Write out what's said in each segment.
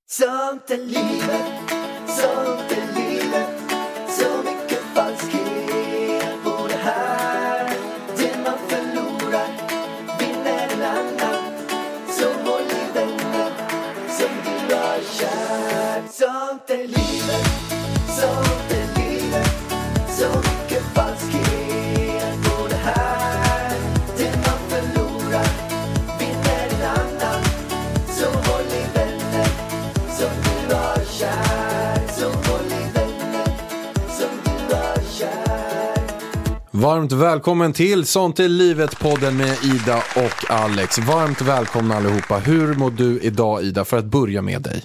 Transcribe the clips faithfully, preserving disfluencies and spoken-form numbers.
Sånt är livet, sånt är livet. Så mycket falskhet på det här. Det man förlorar vinner en annan. Så håll i vänner som du har kär. Sånt är livet, sånt är livet. Så mycket falskhet på det här. Det man förlorar vinner en annan. Så håll i vänner som du har kär. Så håll i vänner som du har kär. Varmt välkommen till Sånt är livet-podden med Ida och Alex. Varmt välkomna allihopa. Hur mår du idag, Ida, för att börja med dig?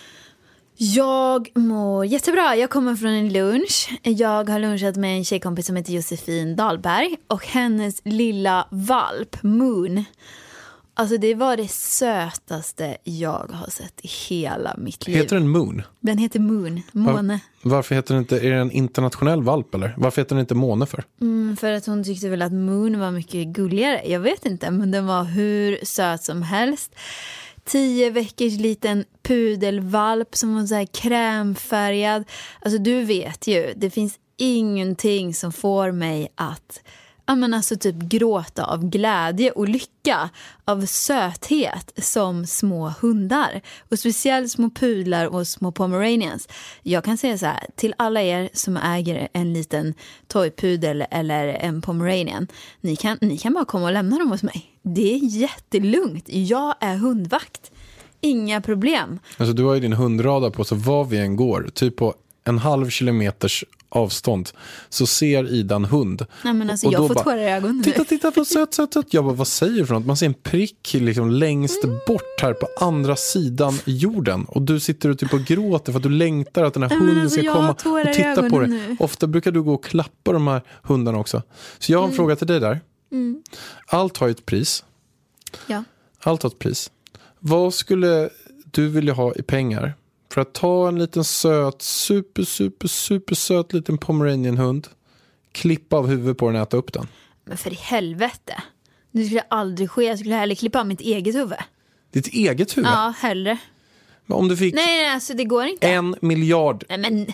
Jag mår jättebra. Jag kommer från en lunch. Jag har lunchat med en tjejkompis som heter Josefin Dahlberg och hennes lilla valp Moon. Alltså det var det sötaste jag har sett i hela mitt liv. Heter den Moon? Den heter Moon, måne. Var, varför heter den inte, är det en internationell valp eller? Varför heter den inte måne för? Mm, för att hon tyckte väl att Moon var mycket gulligare. Jag vet inte, men den var hur söt som helst. Tio veckors liten pudelvalp som var så här krämfärgad. Alltså du vet ju, det finns ingenting som får mig att ja, men alltså typ gråta av glädje och lycka, av söthet som små hundar. Och speciellt små pudlar och små pomeranians. Jag kan säga så här, till alla er som äger en liten toypudel eller en pomeranian, ni kan, ni kan bara komma och lämna dem hos mig. Det är jättelugnt. Jag är hundvakt. Inga problem. Alltså du har ju din hundradar på, så var vi än går, typ på en halv kilometers avstånd, så ser Ida en hund. Nej, men alltså, och jag då får bara, tårar i ögonen. Titta, titta på söt, söt, söt. Jag bara, vad säger du för något? Man ser en prick liksom längst Mm. bort här på andra sidan jorden. Och du sitter och typ och gråter för att du längtar att den här Nej, men hunden alltså, ska jag har komma tårar och i titta på ögonen det. nu. Ofta brukar du gå och klappa de här hundarna också. Så jag har en Mm. fråga till dig där. Mm. Allt har ju ett pris. Ja. Allt har ett pris. Vad skulle du vilja ha i pengar för att ta en liten söt, super, super, super söt liten pomeranian-hund, klippa av huvudet på den och äta upp den? Men för i helvete. Det skulle aldrig ske. Jag skulle hellre klippa av mitt eget huvud. Ditt eget huvud? Ja, hellre. Men om du fick Nej, nej, alltså det går inte. en miljard. Nej, men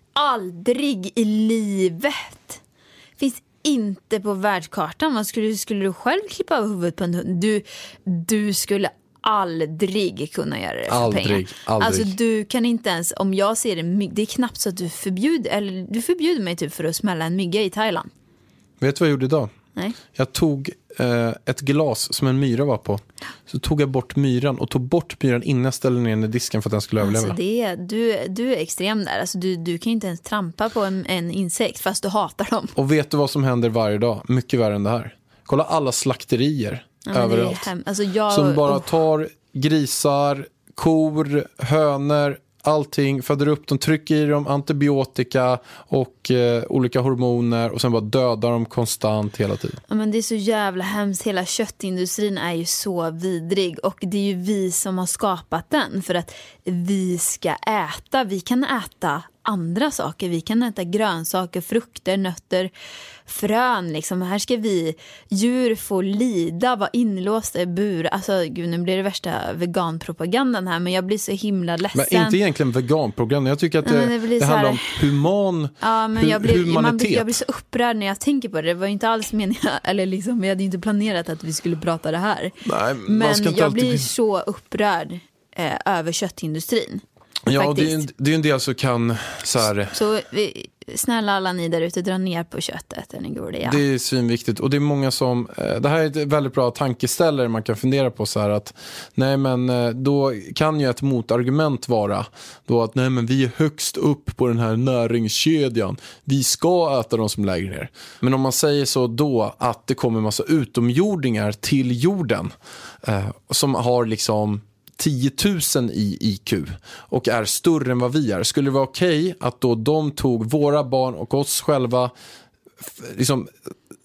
aldrig i livet. Finns inte på världskartan. Vad skulle, skulle du själv klippa av huvudet på en hund? Du, du skulle aldrig kunna göra det för Aldrig, pengar. aldrig. Alltså du kan inte ens, om jag ser en mygg, det är knappt så att du förbjuder, eller du förbjuder mig typ för att smälla en mygga i Thailand. Vet du vad jag gjorde idag? Nej. Jag tog eh, ett glas som en myra var på. Så tog jag bort myran och tog bort myran innan jag ställde ner den i disken för att den skulle överleva. Alltså det är, du, du är extrem där. Alltså du, du kan inte ens trampa på en, en insekt fast du hatar dem. Och vet du vad som händer varje dag? Mycket värre än det här. Kolla alla slakterier Ja, men det är överallt. hem- alltså jag, Som bara oh. tar grisar, kor, hönor, allting, föder upp dem, trycker i dem antibiotika och eh, olika hormoner och sen bara dödar dem konstant hela tiden. Ja, men det är så jävla hemskt. Hela köttindustrin är ju så vidrig. Och det är ju vi som har skapat den. För att vi ska äta. Vi kan äta andra saker. Vi kan äta grönsaker, frukter, nötter, frön. Liksom. Här ska vi djur få lida, vara inlåsta i bur. Alltså gud, nu blir det värsta veganpropagandan här. Men jag blir så himla ledsen. Men inte egentligen veganprogram. Jag tycker att det, Nej, det blir det så handlar här- om human Ja, men hu- jag blir, man humanitet. blir, jag blir så upprörd när jag tänker på det. Det var ju inte alls meningen, eller liksom, vi hade ju inte planerat att vi skulle prata det här. Nej, man Men ska inte jag alltid blir bli- så upprörd eh, över köttindustrin. Ja, faktiskt. det är, en, det är en del som kan så här, Så vi, snälla alla ni där ute, dra ner på köttet. Ni går det, ja. det är svinviktigt. Och det är många som, eh, det här är ett väldigt bra tankeställare man kan fundera på så här att nej men eh, då kan ju ett motargument vara då att nej men vi är högst upp på den här näringskedjan. Vi ska äta de som lägger ner. Men om man säger så då att det kommer en massa utomjordingar till jorden eh, som har liksom tio tusen i I Q och är större än vad vi är. Skulle det vara okej att då de tog våra barn och oss själva f- liksom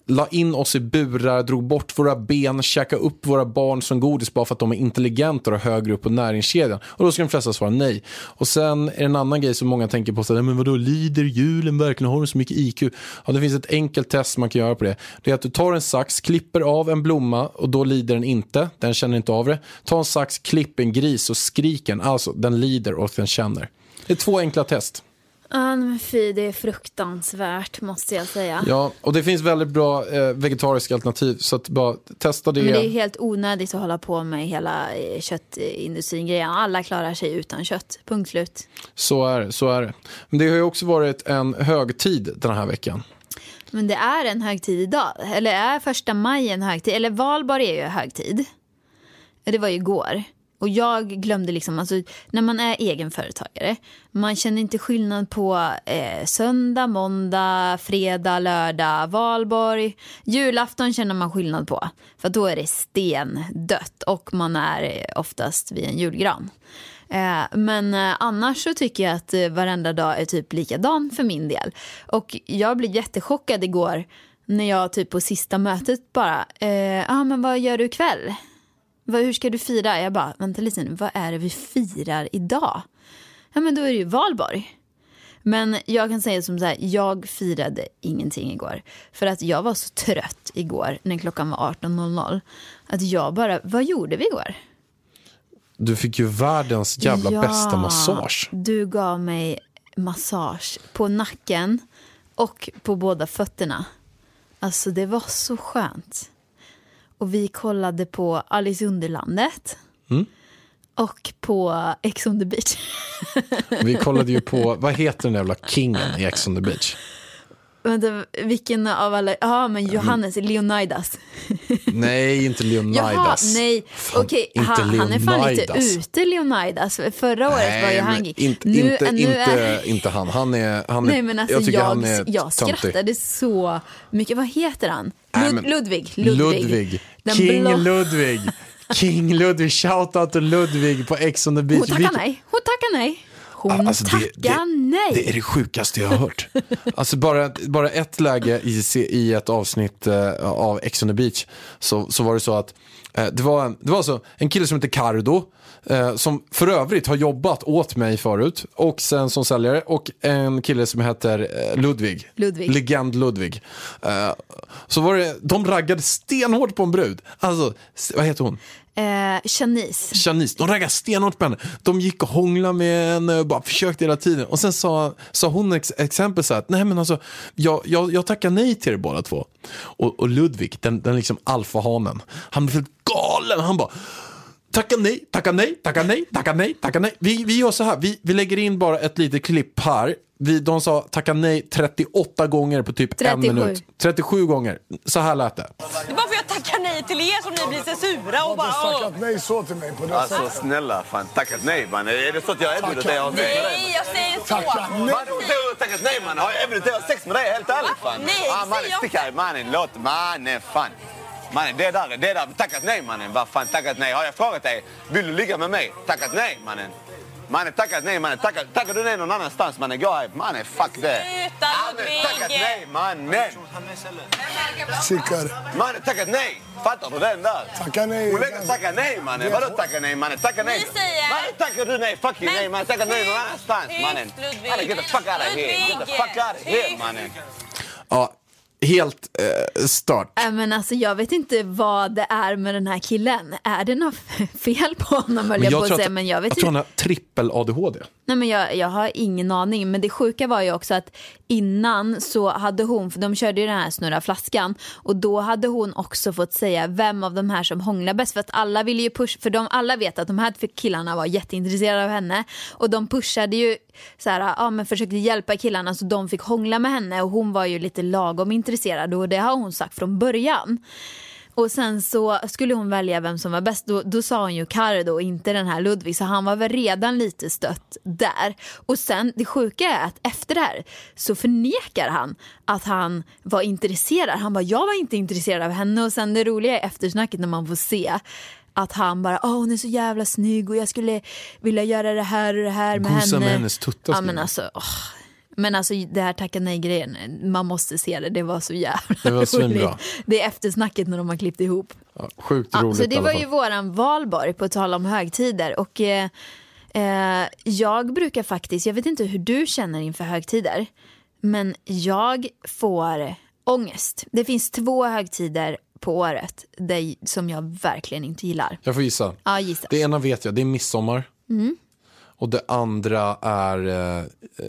la in oss i burar, drog bort våra ben, käkade upp våra barn som godis bara för att de är intelligenta och högre upp på näringskedjan. Och då ska de flesta svara nej. Och sen är det en annan grej som många tänker på, så, men vadå, lider julen verkligen? Har du så mycket I Q? Ja, det finns ett enkelt test man kan göra på det. Det är att du tar en sax, klipper av en blomma och då lider den inte. Den känner inte av det. Ta en sax, klipp en gris och skrik en. Alltså, den lider och den känner. Det är två enkla test. Ja, men fy, det är fruktansvärt, måste jag säga. Ja, och det finns väldigt bra eh, vegetariska alternativ, så att bara testa det. Men det är helt onödigt att hålla på med hela eh, köttindustrin-grejen. Alla klarar sig utan kött, punkt slut. Så är det, så är det. Men det har ju också varit en högtid den här veckan. Men det är en högtid idag. Eller är första maj en högtid? Eller valborg är ju högtid. Det var ju igår. Och jag glömde liksom, alltså, när man är egenföretagare, man känner inte skillnad på eh, söndag, måndag, fredag, lördag, valborg. Julafton känner man skillnad på, för då är det stendött och man är oftast vid en julgran. Eh, men eh, annars så tycker jag att eh, varenda dag är typ likadan för min del. Och jag blev jättechockad igår när jag typ på sista mötet bara, ja eh, ah, men vad gör du ikväll? Hur ska du fira? Jag bara, vänta lite nu, vad är det vi firar idag? Ja, men då är det ju valborg. Men jag kan säga som så här, jag firade ingenting igår. För att jag var så trött igår när klockan var arton noll noll. Att jag bara, vad gjorde vi igår? Du fick ju världens jävla ja, bästa massage. Du gav mig massage på nacken och på båda fötterna. Alltså det var så skönt. Och vi kollade på Alice i Underlandet. Mm. Och på Ex on the Beach. Vi kollade ju på, vad heter den jävla kingen i Ex on the Beach? Vänta, vilken av alla? Ja, men Johannes, Leonidas. Nej, inte Leonidas. Jaha, nej. Okej, okay, han, han är fan lite ute, Leonidas. Förra året nej, var ju han... Inte, nu, inte, nu inte, är... inte han. Han är, han är, nej, men alltså, jag tycker jag, han är jag skrattade så mycket. Vad heter han? Nej, Lud, Ludvig. Ludvig. Ludvig. King blå... Ludvig. King Ludvig. Shout out till Ludvig på Ex on the Beach. Hon tackar nej. Hon tackar nej. Hon alltså det, tackar det, nej. Det är det sjukaste jag har hört. Alltså bara, bara ett läge i, i ett avsnitt uh, av Ex on the Beach så, så var det så att uh, det var, en, det var alltså en kille som heter Cardo uh, som för övrigt har jobbat åt mig förut och sen som säljare, och en kille som heter uh, Ludvig. Ludvig. Legend Ludvig. Uh, så var det, de raggade stenhårt på en brud. Alltså, vad heter hon? Eh, Shanice. Shanice, de raggade stenhårt på henne. De gick och hånglade med henne och bara försökte hela tiden. Och sen sa, sa hon ex- exempel så här att nej men alltså, jag, jag, jag tackar nej till er båda två. Och, och Ludvig, den, den liksom alfahanen, han blev helt galen. Han bara, tacka nej, tacka nej, tacka nej, tacka nej, tacka nej. Vi, vi gör så här, vi, vi lägger in bara ett litet klipp här. Vi, de sa tacka nej trettioåtta gånger på typ trettiosju. En minut. trettiosju gånger. Så här lät det. Det är bara för jag tackar nej till er som ni blir så sura och bara... Har du tackat nej så till mig på det sättet? Alltså snälla, fan, tackat nej man. Är det så att jag erbjuder dig att ha sex med dig? Nej, jag säger så. Tackat nej. Man, du har tackat nej man. Har jag erbjudit dig att ha sex med dig, helt ärligt fan? Nej, ah, mannen, säger jag. stick här, mannen, låt, mannen, fan. Mannen, det där, det där, tackat nej mannen. Vad fan, tackat nej? Har jag frågat dig, vill du ligga med mig? Tackat nej mannen. Mannen, tackat nej mannen. Tackar, tackar du nej någon annanstans mannen? Gå här, mannen, fuck det. Utan mannen, tackat nej mannen. Sickare. Mannen, tackat nej. Fattar du den där? Tacka nej. Hon lägger tacka nej mannen. Vadå tacka nej mannen? Tacka nej. Vi säger... Mannen, tackar du nej? Fuck you nej mannen. Tackar nej någon annanstans mannen. Mannen, get the fuck out of here. Get the fuck out of here mannen. Ja, helt eh, stört. Äh, men alltså, jag vet inte vad det är med den här killen. Är det något fel på honom? Men jag, jag, på tror säga, att, men jag, vet jag tror han har trippel A D H D. Nej, men jag, jag har ingen aning. Men det sjuka var ju också att innan så hade hon, för de körde ju den här snurra flaskan, och då hade hon också fått säga vem av de här som hånglar bäst, för att alla ville ju pusha, för de alla vet att de här killarna var jätteintresserade av henne, och de pushade ju så här, ja, men försökte hjälpa killarna så de fick hångla med henne, och hon var ju lite lagom intresserad, och det har hon sagt från början. Och sen så skulle hon välja vem som var bäst. Då, då sa hon ju Cardo och inte den här Ludvig. Så han var väl redan lite stött där. Och sen, det sjuka är att efter det här så förnekar han att han var intresserad. Han bara, jag var inte intresserad av henne. Och sen det roliga är eftersnacket när man får se att han bara, åh, hon är så jävla snygg och jag skulle vilja göra det här och det här med Gosa henne. med hennes tuttar. Ja, men alltså, åh. Men alltså det här tacka nej-grejen, man måste se det, det var så jävla Det var svinbra. roligt. Det är eftersnacket när de har klippt ihop. Ja, sjukt Ja, roligt så i det alla var fall. ju våran valborg på tal om högtider. Och eh, eh, jag brukar faktiskt, jag vet inte hur du känner inför högtider, men jag får ångest. Det finns två högtider på året där, som jag verkligen inte gillar. Jag får gissa. Ja, gissa. Det ena vet jag, det är midsommar. Mm. Och det andra är... Eh, eh,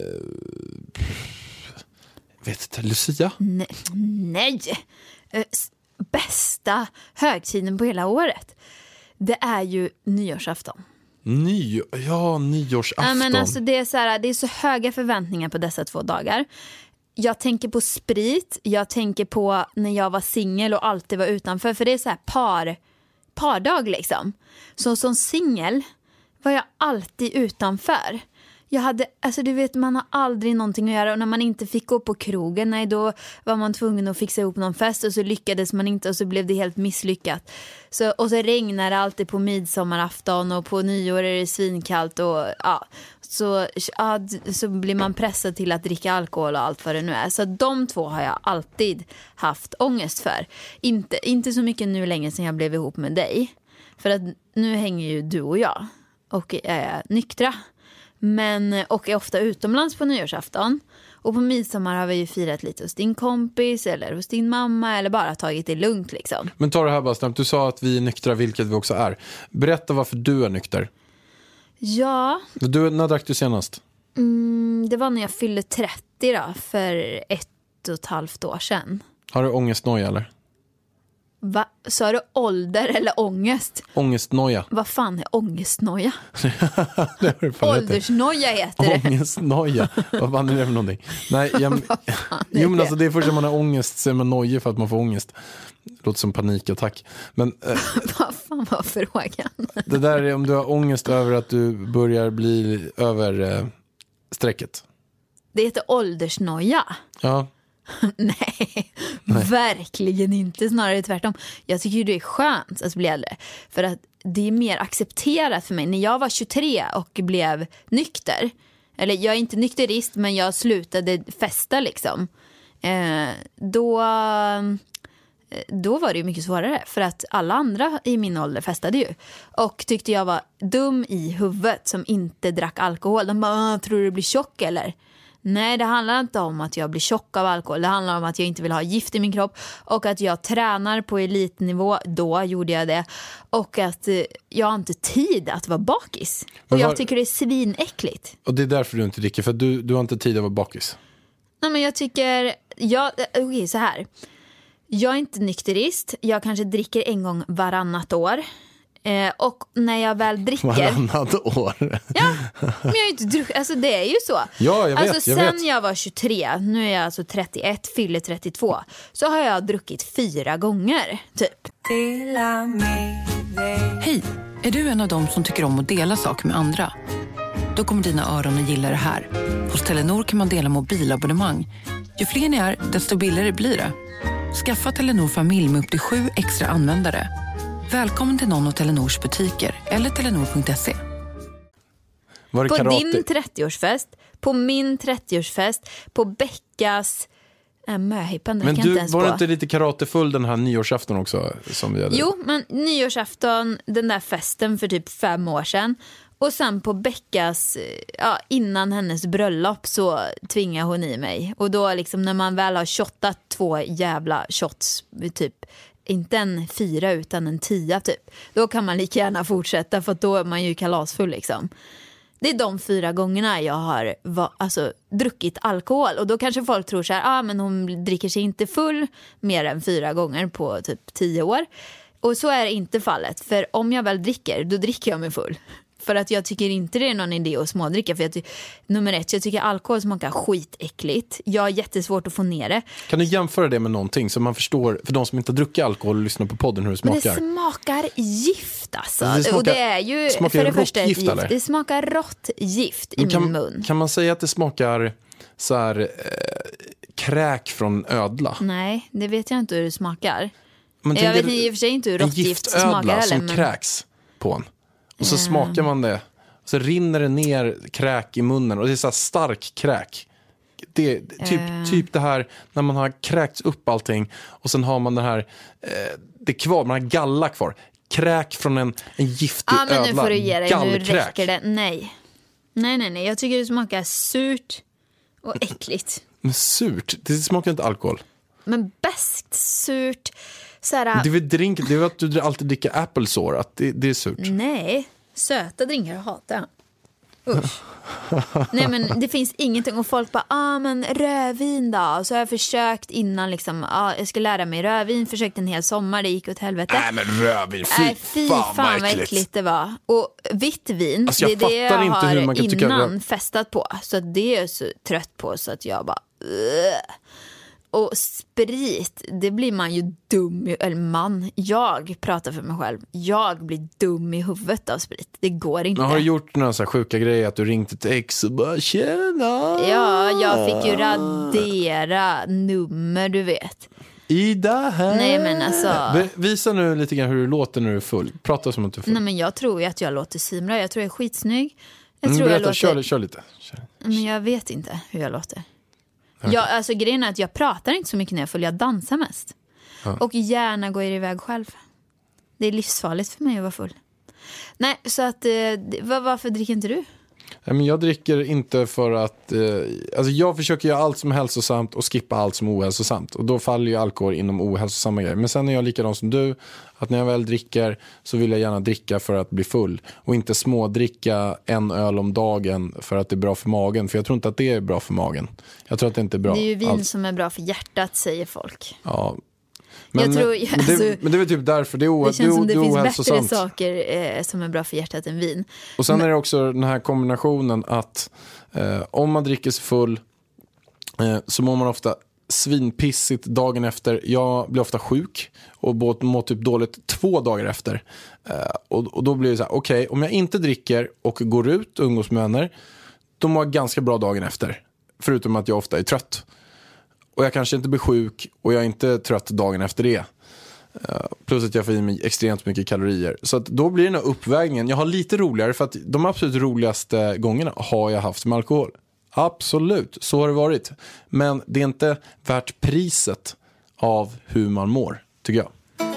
vet inte, Lucia? Nej, nej. Eh, s- bästa högtiden på hela året, det är ju nyårsafton. Ny, ja, nyårsafton. Ja, men alltså det är så här, det är så höga förväntningar på dessa två dagar. Jag tänker på sprit, jag tänker på när jag var singel och alltid var utanför, för det är så här par pardag liksom. Så som singel var jag alltid utanför. Jag hade, alltså du vet, man har aldrig någonting att göra, och när man inte fick gå på krogen, nej, då var man tvungen att fixa ihop någon fest, och så lyckades man inte och så blev det helt misslyckat. Så, och så regnar det alltid på midsommarafton, och på nyår är det svinkallt, och ja, så, ja, så blir man pressad till att dricka alkohol och allt vad det nu är. Så de två har jag alltid haft ångest för. Inte, inte så mycket nu längre sedan jag blev ihop med dig, för att nu hänger ju du och jag och är nyktra. Men, och är ofta utomlands på nyårsafton. Och på midsommar har vi ju firat lite hos din kompis eller hos din mamma, eller bara tagit det lugnt liksom. Men ta det här bara snabbt. Du sa att vi är nyktra, vilket vi också är. Berätta varför du är nykter. Ja, Du, när drack du senast? mm, det var när jag fyllde trettio då, för ett och ett halvt år sedan. Har du ångestnoja eller? Va? Sa du ålder eller ångest? Ångestnoja. Vad fan är ångestnoja? Det har du fan rätt i. Åldersnoja heter det. Ångestnoja. Vad fan är det för någonting? Nej, jag, Vad fan är jo, men det? alltså det är först när man har ångest så är man nojig för att man får ångest. Det låter som panikattack. Men eh, Vad fan var frågan? det där är om du har ångest över att du börjar bli över eh, strecket. Det heter åldersnoja. Ja. Nej, verkligen inte. Snarare tvärtom. Jag tycker ju det är skönt att bli äldre, för att det är mer accepterat för mig. När jag var tjugotre och blev nykter, eller jag är inte nykterist, men jag slutade festa liksom, eh, då då var det ju mycket svårare, för att alla andra i min ålder festade ju, och tyckte jag var dum i huvudet som inte drack alkohol. De bara, tror du du blir tjock eller? Nej, det handlar inte om att jag blir tjock av alkohol. Det handlar om att jag inte vill ha gift i min kropp, och att jag tränar på elitnivå. Då gjorde jag det. Och att eh, jag har inte tid att vara bakis. Och Men var- jag tycker det är svinäckligt. Och det är därför du inte dricker, för du, du har inte tid att vara bakis. Nej, men jag tycker, jag, okej, okay, så här. Jag är inte nykterist. Jag kanske dricker en gång varannat år. Eh, och när jag väl dricker... Varannat år. Ja, men jag har ju inte druckit, alltså det är ju så. Ja, jag vet, Alltså jag sen vet. jag var tjugotre, nu är jag alltså trettioett, fyller trettiotvå, så har jag druckit fyra gånger, typ. Hej, är du en av dem som tycker om att dela saker med andra? Då kommer dina öron att gilla det här. Hos Telenor kan man dela mobilabonnemang. Ju fler ni är, desto billigare blir det. Skaffa Telenor familj med upp till sju extra användare. Välkommen till någon av Telenors butiker eller telenor punkt se. Var det På karate? din trettioårsfest, på min trettioårsfest, på Beckas äh, möhippan, det Men kan jag du, inte ens var på. du inte lite karatefull den här nyårsafton också? Som vi hade? Jo, men nyårsafton, den där festen för typ fem år sedan. Och sen på Beckas, ja, innan hennes bröllop så tvingade hon i mig. Och då liksom när man väl har shottat två jävla shots, typ inte en fyra utan en tia typ, då kan man lika gärna fortsätta, för att då är man ju kalasfull liksom. Det är de fyra gångerna jag har va, alltså, druckit alkohol. Och då kanske folk tror så här, ah, men hon dricker sig inte full mer än fyra gånger på typ tio år. Och så är det inte fallet. För om jag väl dricker, då dricker jag mig full. För att jag tycker inte det är någon idé att smådricka. För jag ty- nummer ett, jag tycker alkohol smakar skitäckligt. Jag har jättesvårt att få ner det. Kan du jämföra det med någonting så man förstår, för de som inte har druckit alkohol och lyssnar på podden, hur det Men smakar? det smakar gift alltså. Det smakar- och det är ju smakar för det första ett råttgift, gift. eller? Det smakar råttgift i Men kan, min mun. kan man säga att det smakar så här, eh, kräk från ödla? Nej, det vet jag inte hur det smakar. Men Jag tänk vet dig i och för sig inte hur en råttgift smakar giftödla heller. som Men... kräks på en. Och så smakar man det. Så rinner det ner kräk i munnen. Och det är så här stark kräk. det, typ, Uh. typ det här när man har kräkts upp allting och sen har man den här, eh, det kvar, man har galla kvar. Kräk från en, en giftig ödla. Ja, men nu får du ge dig, nu räcker det. Nej. Nej, nej, nej. Jag tycker det smakar surt och äckligt. Men surt, det smakar inte alkohol. Men beskt, surt, såhär... Det är väl drink, det är väl att du alltid dricker applesår, att det, det är surt. Nej, söta drinkar hatar jag. Usch. Nej, men det finns ingenting. Och folk bara, ah men rödvin då. Och så har jag försökt innan liksom, ah, jag ska lära mig rödvin. Försökt en hel sommar, det gick åt helvete. Nej men rödvin, fy, äh, fy fan, fan vad äckligt det var. Och vitt vin, alltså, jag det är det jag inte har hur man kan innan tycka... festat på. Så att det är jag så trött på så att jag bara... Ugh. Och sprit, det blir man ju dum i, eller man, jag pratar för mig själv. Jag blir dum i huvudet av sprit. Det går inte. Men har du gjort några så här sjuka grejer att du ringt ett ex och bara tjena? Ja, jag fick ju radera nummer, du vet. Ida här. Nej, men alltså... Visa nu lite grann hur du låter när du är full. Prata som att du är full. Nej, men jag tror ju att jag låter simra. Jag tror jag är skitsnygg. Jag mm, tror berätta, jag låter... kör, kör lite. Kör. Men jag vet inte hur jag låter. Okay. Jag, alltså grejen är att jag pratar inte så mycket när jag är full. Jag dansar mest. Ja. Och gärna går iväg själv. Det är livsfarligt för mig att vara full. Nej, så att... Eh, var, varför dricker inte du? Nej, men jag dricker inte för att... Eh, alltså jag försöker göra allt som är hälsosamt och skippa allt som är ohälsosamt. Och då faller ju alkohol inom ohälsosamma grejer. Men sen är jag likadan som du. Att när jag väl dricker så vill jag gärna dricka för att bli full. Och inte smådricka en öl om dagen för att det är bra för magen. För jag tror inte att det är bra för magen. Jag tror att det inte är bra. Det är ju vin alls. som är bra för hjärtat, säger folk. Ja. Men, jag tror, men, alltså, det, men det är väl typ därför det är o, det känns det, som det, det finns bättre ohälsosamt. saker eh, som är bra för hjärtat än vin. Och sen men, är det också den här kombinationen att eh, om man dricker sig full eh, så mår man ofta svinpissigt dagen efter. Jag blir ofta sjuk och mår typ dåligt två dagar efter. Eh, och, och då blir det så här, okej, okay, om jag inte dricker och går ut och umgås med vänner, då mår jag ganska bra dagen efter. Förutom att jag ofta är trött. Och jag kanske inte blir sjuk och jag är inte trött dagen efter det. Uh, plus att jag får i mig extremt mycket kalorier. Så att då blir den här uppvägningen. Jag har lite roligare för att de absolut roligaste gångerna har jag haft med alkohol. Absolut, så har det varit. Men det är inte värt priset av hur man mår, tycker jag.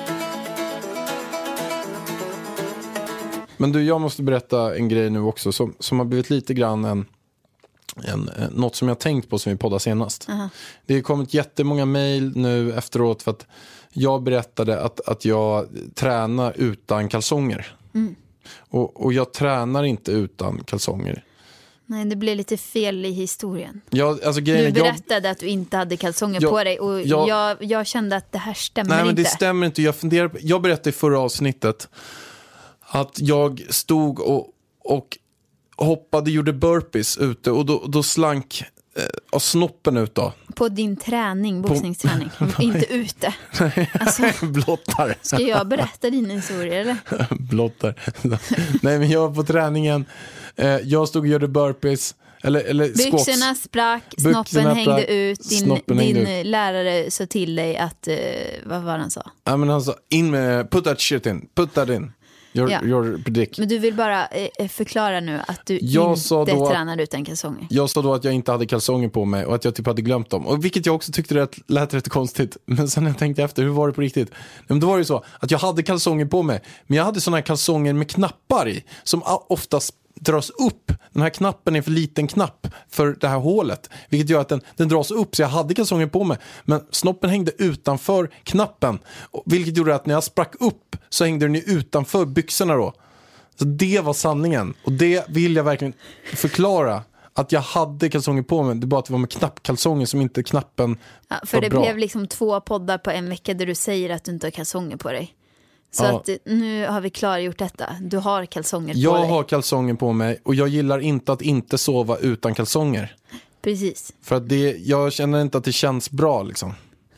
Men du, jag måste berätta en grej nu också som, som har blivit lite grann en... En, något som jag tänkt på som vi poddade senast. Uh-huh. Det har kommit jättemånga mejl nu efteråt för att jag berättade att, att jag tränar utan kalsonger. Mm. Och, och jag tränar inte utan kalsonger. Nej, det blev lite fel i historien. Jag, alltså, grejen, du berättade jag, att du inte hade kalsonger jag, på dig och jag, jag, jag kände att det här stämmer nej, inte. Nej, men det stämmer inte. Jag, funderar, jag berättade i förra avsnittet att jag stod och, och hoppade, gjorde burpees ute och då, då slank eh, av snoppen ut då. På din träning, boxningsträning, på... inte ute. Alltså, blottar. Ska jag berätta din historia eller? Blottar. Nej, men jag var på träningen. Eh, jag stod och gjorde burpees. Eller, eller squats. Byxorna sprack, snoppen Byxorna hängde sprack, ut. Din, snoppen din hängde ut. lärare sa till dig att, eh, vad var han sa? Ja, men han sa, in med, put that shit in, put that in. Your, ja. your predict. Men du vill bara eh, förklara nu att du jag inte då, tränar utan kalsonger. Jag sa då att jag inte hade kalsonger på mig och att jag typ hade glömt dem. Och vilket jag också tyckte rätt, lät rätt konstigt. Men sen när jag tänkte efter, hur var det på riktigt? Men då var det så att jag hade kalsonger på mig. Men jag hade såna här kalsonger med knappar i. Som oftast dras upp. Den här knappen är för liten knapp för det här hålet. Vilket gör att den, den dras upp, så jag hade kalsonger på mig. Men snoppen hängde utanför knappen. Vilket gjorde att när jag sprack upp så hängde den ju utanför byxorna då. Så det var sanningen. Och det vill jag verkligen förklara. Att jag hade kalsonger på mig. Det är bara att det var med knappkalsonger som inte knappen ja, för var det bra. blev liksom två poddar på en vecka där du säger att du inte har kalsonger på dig. Så ja. att nu har vi klargjort detta. Du har kalsonger jag på dig. Jag har kalsonger på mig. Och jag gillar inte att inte sova utan kalsonger. Precis. För att det, jag känner inte att det känns bra liksom.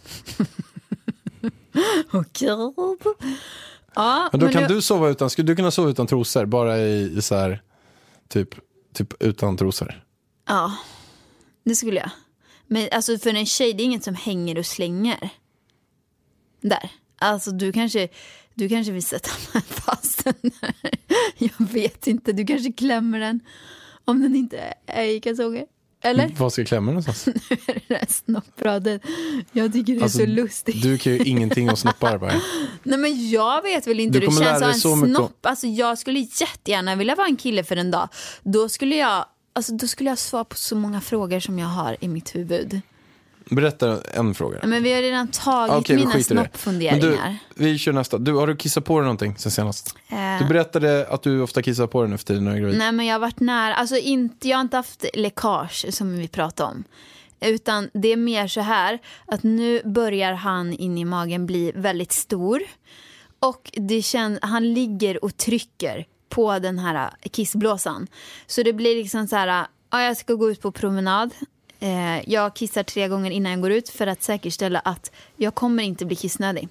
Okej. Ja, men då men kan nu... du sova utan, skulle du kunna sova utan trosor? Bara i, i så här, typ, typ utan trosor? Ja, det skulle jag. Men alltså för en tjej, det är inget som hänger och slänger. Där. Alltså du kanske, du kanske vill sätta fast den där. Jag vet inte, du kanske klämmer den. Om den inte är i kalsonger. Eller? Vad ska jag klämma någonstans? Det där snoppraden. Jag tycker det är Alltså, så lustigt. Du kan ju ingenting om snoppar bara. Nej, men jag vet väl inte. Du Det kommer känns lära som dig en så mycket om- snopp. Alltså, jag skulle jättegärna vilja vara en kille för en dag. Då skulle jag, alltså, då skulle jag svara på så många frågor som jag har i mitt huvud. Berätta en fråga. Men vi har redan tagit Ah, okej, vi mina skiter i det. snoppfunderingar. Men du, vi kör nästa. Du, har du kissat på dig någonting sen senast? Eh. Du berättade att du ofta kissar på dig nu för tiden när du är gravid. Nej, men jag har varit nära. Alltså inte, jag har inte haft läckage som vi pratade om. Utan det är mer så här att nu börjar han in i magen bli väldigt stor. Och det känns, han ligger och trycker på den här kissblåsan. Så det blir liksom så här, ja, jag ska gå ut på promenad. Eh, jag kissar tre gånger innan jag går ut för att säkerställa att jag kommer inte bli kissnödig.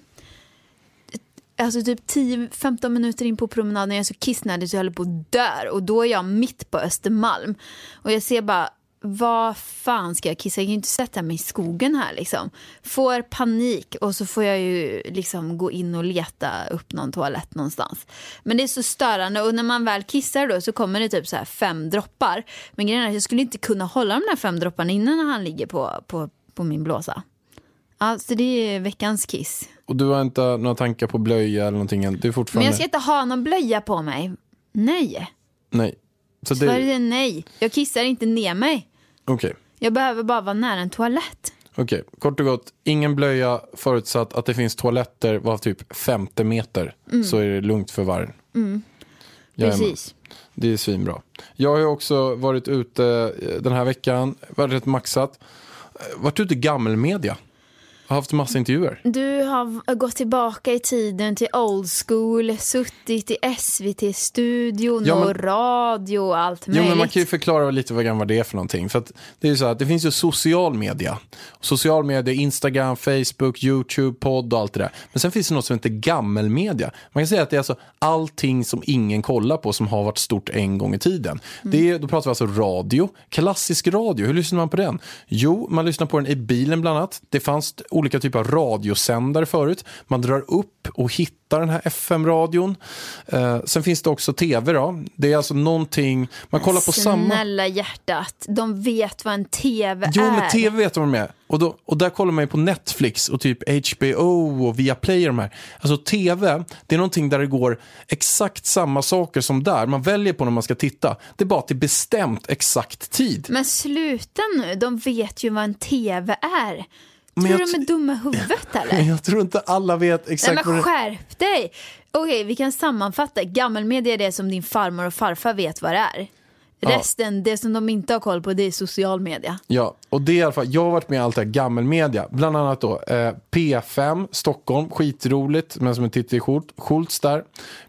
Alltså typ tio femton minuter in på promenaden när jag är så kissnödig så jag håller på att dö. Och då är jag mitt på Östermalm. Och jag ser bara, vad fan ska jag kissa? Jag kan ju inte sätta mig i skogen här liksom. Får panik och så får jag ju liksom gå in och leta upp någon toalett någonstans. Men det är så störande och när man väl kissar då så kommer det typ så här fem droppar. Men grejen är att jag skulle inte kunna hålla de där fem dropparna innan han ligger på, på, på min blåsa. Alltså det är veckans kiss. Och du har inte några tankar på blöja eller någonting än? Du är fortfarande... Men jag ska inte ha någon blöja på mig. Nej. Nej. Så Svaret det... är nej. Jag kissar inte ner mig. Okej. Okay. Jag behöver bara vara nära en toalett. Okej, okay. Kort och gott. Ingen blöja förutsatt att det finns toaletter var typ femtio meter. Mm. Så är det lugnt för vargen. Mm. Precis. Det är svinbra. Jag har ju också varit ute den här veckan. Varit rätt maxat. Varit ute i gammelmedia. Har haft en massa intervjuer. Du har gått tillbaka i tiden till old school, suttit i S V T-studion ja, men, och radio och allt möjligt. Jo, men man kan ju förklara lite vad, vad det är för någonting. För att det är ju så att det finns ju social media. Social media, Instagram, Facebook, YouTube, podd och allt det där. Men sen finns det något som heter gammelmedia. Man kan säga att det är alltså allting som ingen kollar på som har varit stort en gång i tiden. Mm. Det är, då pratar vi alltså radio, klassisk radio. Hur lyssnar man på den? Jo, man lyssnar på den i bilen bland annat. Det fanns olika typer av radiosändare förut. Man drar upp och hittar den här F M-radion. Eh, sen finns det också tv då. Det är alltså någonting, man kollar på Snälla samma... Snälla hjärtat, de vet vad en tv jo, är. Jo, men tv vet de med. Och, då, och där kollar man ju på Netflix och typ H B O och Viaplay och de här. Alltså tv, det är någonting där det går exakt samma saker som där. Man väljer på när man ska titta. Det är bara till bestämt exakt tid. Men sluta nu, de vet ju vad en tv är. Men tror jag de är dumma i huvudet eller? Jag tror inte alla vet exakt. Nej, men vad det... skärp dig. Okej, vi kan sammanfatta. Gammelmedia är det som din farmor och farfar vet vad det är. Resten, ja. Det som de inte har koll på, det är social media. Ja, och det är i alla fall, jag har varit med i allt det här gammelmedia. Bland annat då eh, P fem, Stockholm, skitroligt, men som en Titti Schultz där.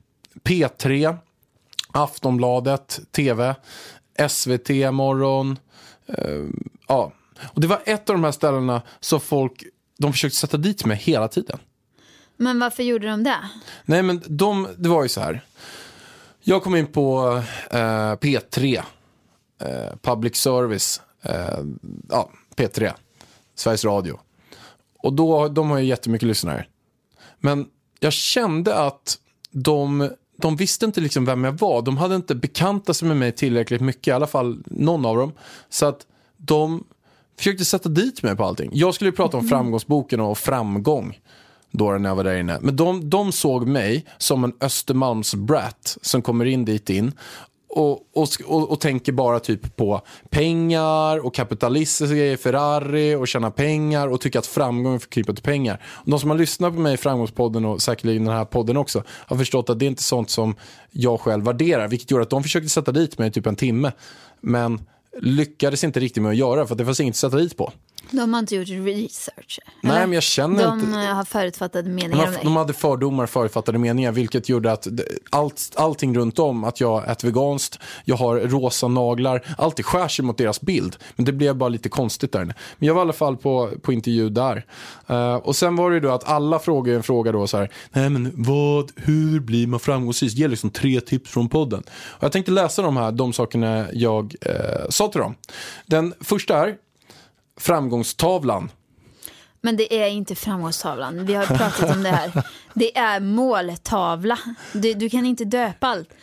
P tre, Aftonbladet, T V, S V T, morgon. Eh, ja, och det var ett av de här ställena som folk, de försökte sätta dit med hela tiden. Men varför gjorde de det? Nej, men de, det var ju så här. Jag kom in på eh, P tre, eh, Public Service, eh, ja, P tre, Sveriges Radio. Och då, de har ju jättemycket lyssnare. Men jag kände att de, de visste inte liksom vem jag var. De hade inte bekantat sig med mig tillräckligt mycket, i alla fall någon av dem. Så att de försökte sätta dit mig på allting. Jag skulle ju prata om framgångsboken och framgång då när jag var där inne. Men de, de såg mig som en Östermalms brat som kommer in dit in och, och, och, och tänker bara typ på pengar och kapitalistiska grejer, Ferrari och tjäna pengar och tycker att framgång är förknippat till pengar. Och de som har lyssnat på mig i Framgångspodden och säkerligen den här podden också har förstått att det är inte sånt som jag själv värderar, vilket gjorde att de försökte sätta dit mig typ en timme. Men lyckades inte riktigt med att göra för att det fanns inget att sätta dit på. De har inte gjort research. Nej, eller? Men jag känner de inte... De har förutfattade meningar de, om dig. De hade fördomar, förutfattade meningar, vilket gjorde att allt, allting runt om, att jag äter veganskt, jag har rosa naglar, allt det skär sig mot deras bild. Men det blev bara lite konstigt där. Men jag var i alla fall på, på intervju där. Uh, och sen var det ju då att alla frågor en fråga då så här, nej men vad, hur blir man framgångsrik? Ge liksom tre tips från podden. Och jag tänkte läsa de här, de sakerna jag uh, sa till dem. Den första är framgångstavlan. Men det är inte framgångstavlan. Vi har pratat om det här. Det är måltavla. Du, du kan inte döpa allt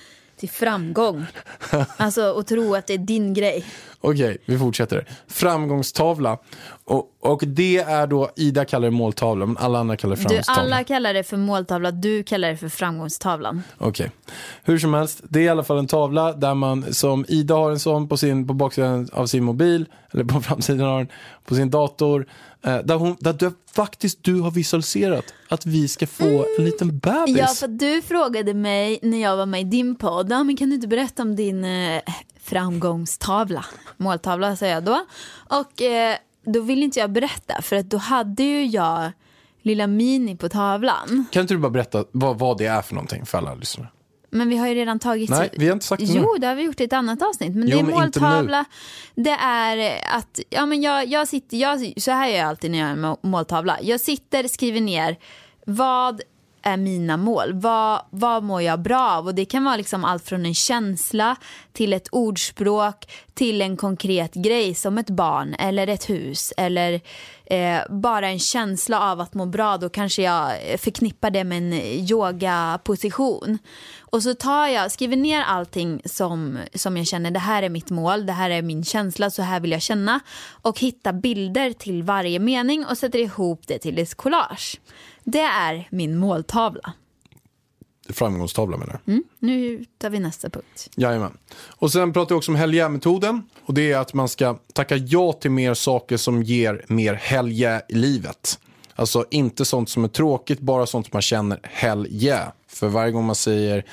till framgång. Alltså att tro att det är din grej. Okej, vi fortsätter. Framgångstavla. Och, och det är då, Ida kallar det måltavla, men alla andra kallar det Du, framgångstavla. alla kallar det för måltavla, du kallar det för framgångstavlan. Okej. Hur som helst, det är i alla fall en tavla där man, som Ida har en sån på, sin, på baksidan av sin mobil, eller på framsidan har den, på sin dator, eh, där, hon, där du, faktiskt du har visualiserat att vi ska få mm. en liten bebis. Ja, för du frågade mig när jag var med i din podd, ja, men kan du inte berätta om din eh, framgångstavla? Måltavla, sa jag då. Och eh, då ville inte jag berätta, för att då hade ju jag lilla Mini på tavlan. Kan inte du bara berätta vad, vad det är för någonting för alla lyssnare? Men vi har ju redan tagit... Nej, vi har inte sagt det nu. Jo, det har vi gjort i ett annat avsnitt. Men jo, det är men måltavla. Det är att... Ja, men jag, jag sitter... Jag, så här gör jag alltid när jag är en måltavla. Jag sitter, skriver ner vad är mina mål. Vad, vad mår jag bra av? Och det kan vara liksom allt från en känsla till ett ordspråk till en konkret grej som ett barn eller ett hus eller eh, bara en känsla av att må bra. Då kanske jag förknippar det med en yogaposition. Och så tar jag, skriver ner allting som, som jag känner, det här är mitt mål, det här är min känsla, så här vill jag känna. Och hittar bilder till varje mening och sätter ihop det till ett collage. Det är min måltavla. Framgångstavla menar du? Mm, nu tar vi nästa punkt. Jajamän. Och sen pratar vi också om helgmetoden. Och det är att man ska tacka ja till mer saker som ger mer helge i livet. Alltså inte sånt som är tråkigt, bara sånt som man känner helge. För varje gång man säger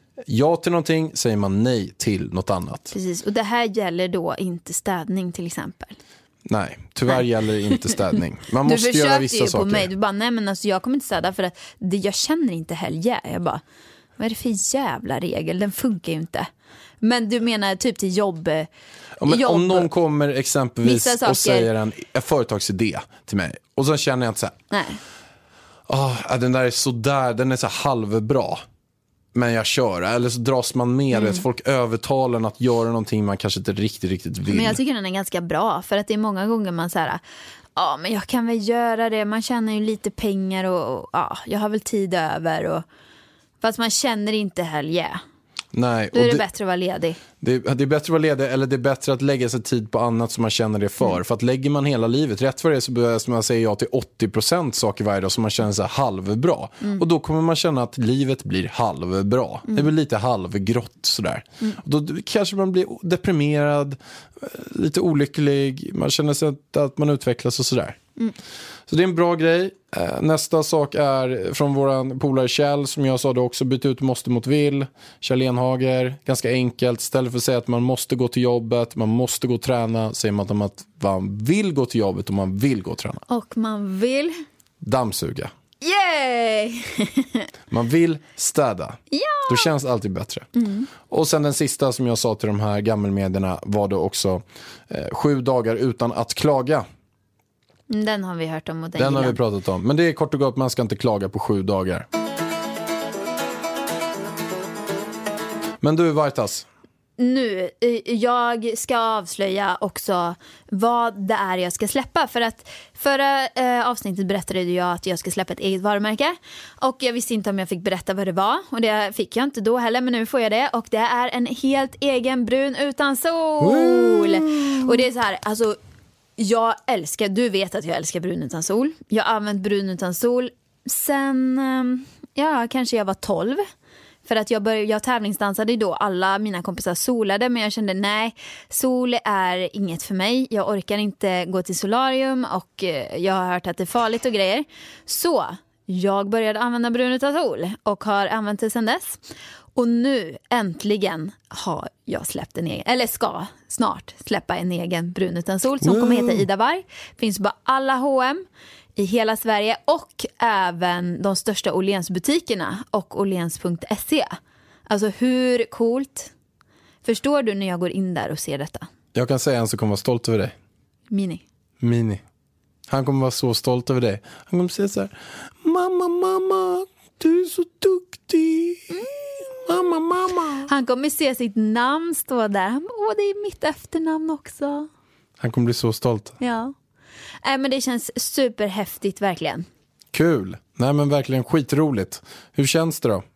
ja till någonting säger man nej till något annat. Precis, och det här gäller då inte städning till exempel. Nej, tyvärr nej. Gäller inte städning. Man du måste göra vissa ju saker. På mig. Du bara, nej men alltså jag kommer inte städa för att det, jag känner inte helge. Jag bara, vad är det för jävla regel? Den funkar ju inte. Men du menar typ till jobb... Ja, men jobb om någon kommer exempelvis saker... och säger en, en företagsidé till mig. Och så känner jag inte så här... Nej. Oh, den där är så där, den är så halvbra. Men jag kör, eller så dras man med mm. det. Folk övertalar en att göra någonting man kanske inte riktigt, riktigt vill. Men jag tycker den är ganska bra. För att det är många gånger man säger, ja men jag kan väl göra det. Man tjänar ju lite pengar och, och ja, jag har väl tid över. Och, fast man känner inte helge. Nej. Då är det, det bättre att vara ledig. Det, det är bättre att vara ledig, eller det är bättre att lägga sig tid på annat som man känner det för. Mm. För att lägger man hela livet, rätt för det så börjar man säga ja till åttio procent saker varje dag som man känner sig halvbra. Mm. Och då kommer man känna att livet blir halvbra. Mm. Det blir lite halvgrått sådär. Mm. Och då kanske man blir deprimerad, lite olycklig, man känner sig att man utvecklas och sådär. Mm. Så det är en bra grej. Nästa sak är från våran polare Kjell, som jag sa, då också bytt ut måste mot vill. Kjell Enhager, ganska enkelt. Istället för att säga att man måste gå till jobbet, man måste gå och träna, säger man att man vill gå till jobbet och man vill gå och träna. Och man vill dammsuga. Yay! Man vill städa. Ja! Då känns det alltid bättre. Mm. Och sen den sista som jag sa till de här gammelmedierna var då också eh, sju dagar utan att klaga. Den har vi hört om. Och den den har gillar. vi pratat om. Men det är kort och gott, man ska inte klaga på sju dagar. Men du, Vartas. Nu, jag ska avslöja också vad det är jag ska släppa. För att förra eh, avsnittet berättade jag att jag ska släppa ett eget varumärke. Och jag visste inte om jag fick berätta vad det var. Och det fick jag inte då heller, men nu får jag det. Och det är en helt egen brun utan sol. Mm. Och det är så här, alltså... Jag älskar, du vet att jag älskar brun utan sol. Jag har använt brun utan sol sen, ja, kanske jag var tolv. För att jag, började, jag tävlingsdansade då, alla mina kompisar solade. Men jag kände, nej, sol är inget för mig. Jag orkar inte gå till solarium och jag har hört att det är farligt och grejer. Så jag började använda brun utan sol och har använt det sedan dess. Och nu äntligen har jag släppt en egen, eller ska snart släppa en egen brun utan sol som kommer heta Ida Varg. Finns på alla H och M i hela Sverige och även de största Åhléns-butikerna och åhléns punkt se. Alltså hur coolt? Förstår du när jag går in där och ser detta? Jag kan säga en som kommer vara stolt över dig. Mini. Mini. Han kommer vara så stolt över dig. Han kommer säga så här: mamma, mamma, du är så duktig. Mm. Mamma, mamma. Han kommer se sitt namn stå där. Åh, det är mitt efternamn också. Han kommer bli så stolt. Ja. Äh, men det känns superhäftigt verkligen. Kul. Nej men verkligen skitroligt. Hur känns det då?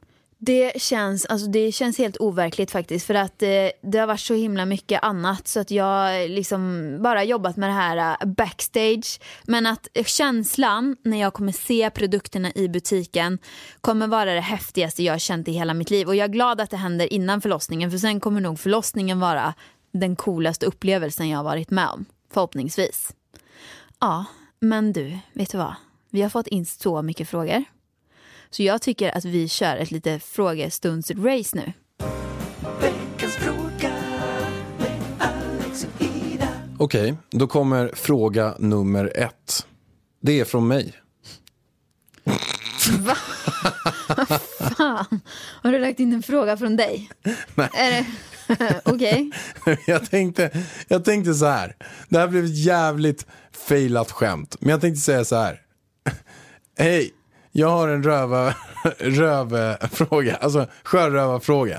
Det känns, alltså det känns helt overkligt faktiskt, för att eh, det har varit så himla mycket annat så att jag liksom bara jobbat med det här uh, backstage, men att känslan när jag kommer se produkterna i butiken kommer vara det häftigaste jag har känt i hela mitt liv, och jag är glad att det händer innan förlossningen, för sen kommer nog förlossningen vara den coolaste upplevelsen jag har varit med om, förhoppningsvis. Ja, men du, vet du vad? Vi har fått in så mycket frågor. Så jag tycker att vi kör ett lite frågestundsrace nu. Veckans fråga med Alex och Ida. Okej, då kommer fråga nummer ett. Det är från mig. Va? Fan, har du lagt in en fråga från dig? Nej. Är det... Okej. Okay. jag, tänkte, jag tänkte så här. Det här blev ett jävligt failat skämt. Men jag tänkte säga så här. Hej, jag har en röva, rövfråga. Alltså sjörövarfråga.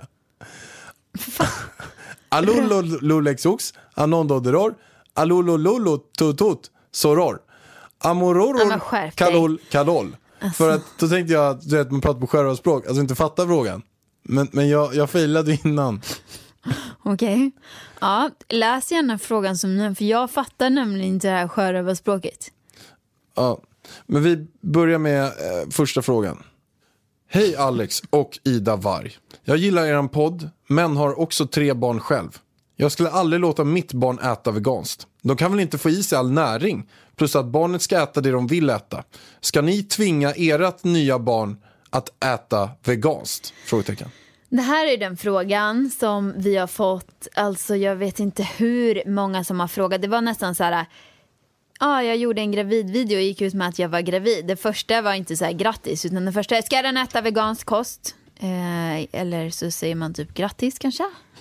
Alolo lolexox, anondoderor, alolo lolo tutut, soror. Amororor, kalol, kalol. Alltså. För att då tänkte jag att du vet, man pratar på sjörövarspråk, alltså inte fattar frågan. Men, men jag, jag failade innan. Okej. Okay. Ja, läs gärna frågan som den, för jag fattar nämligen inte det här sjörövarspråket. Ja, men vi börjar med eh, första frågan. Hej Alex och Ida Varg. Jag gillar eran podd, men har också tre barn själv. Jag skulle aldrig låta mitt barn äta veganskt. De kan väl inte få i sig all näring, plus att barnet ska äta det de vill äta. Ska ni tvinga ert nya barn att äta veganskt? Frågetecken. Det här är den frågan som vi har fått, alltså jag vet inte hur många som har frågat. Det var nästan så här, ja ah, jag gjorde en gravidvideo och gick ut med att jag var gravid. Det första var inte så här grattis, utan det första är, ska den äta vegansk kost? Eh, eller så säger man typ grattis kanske.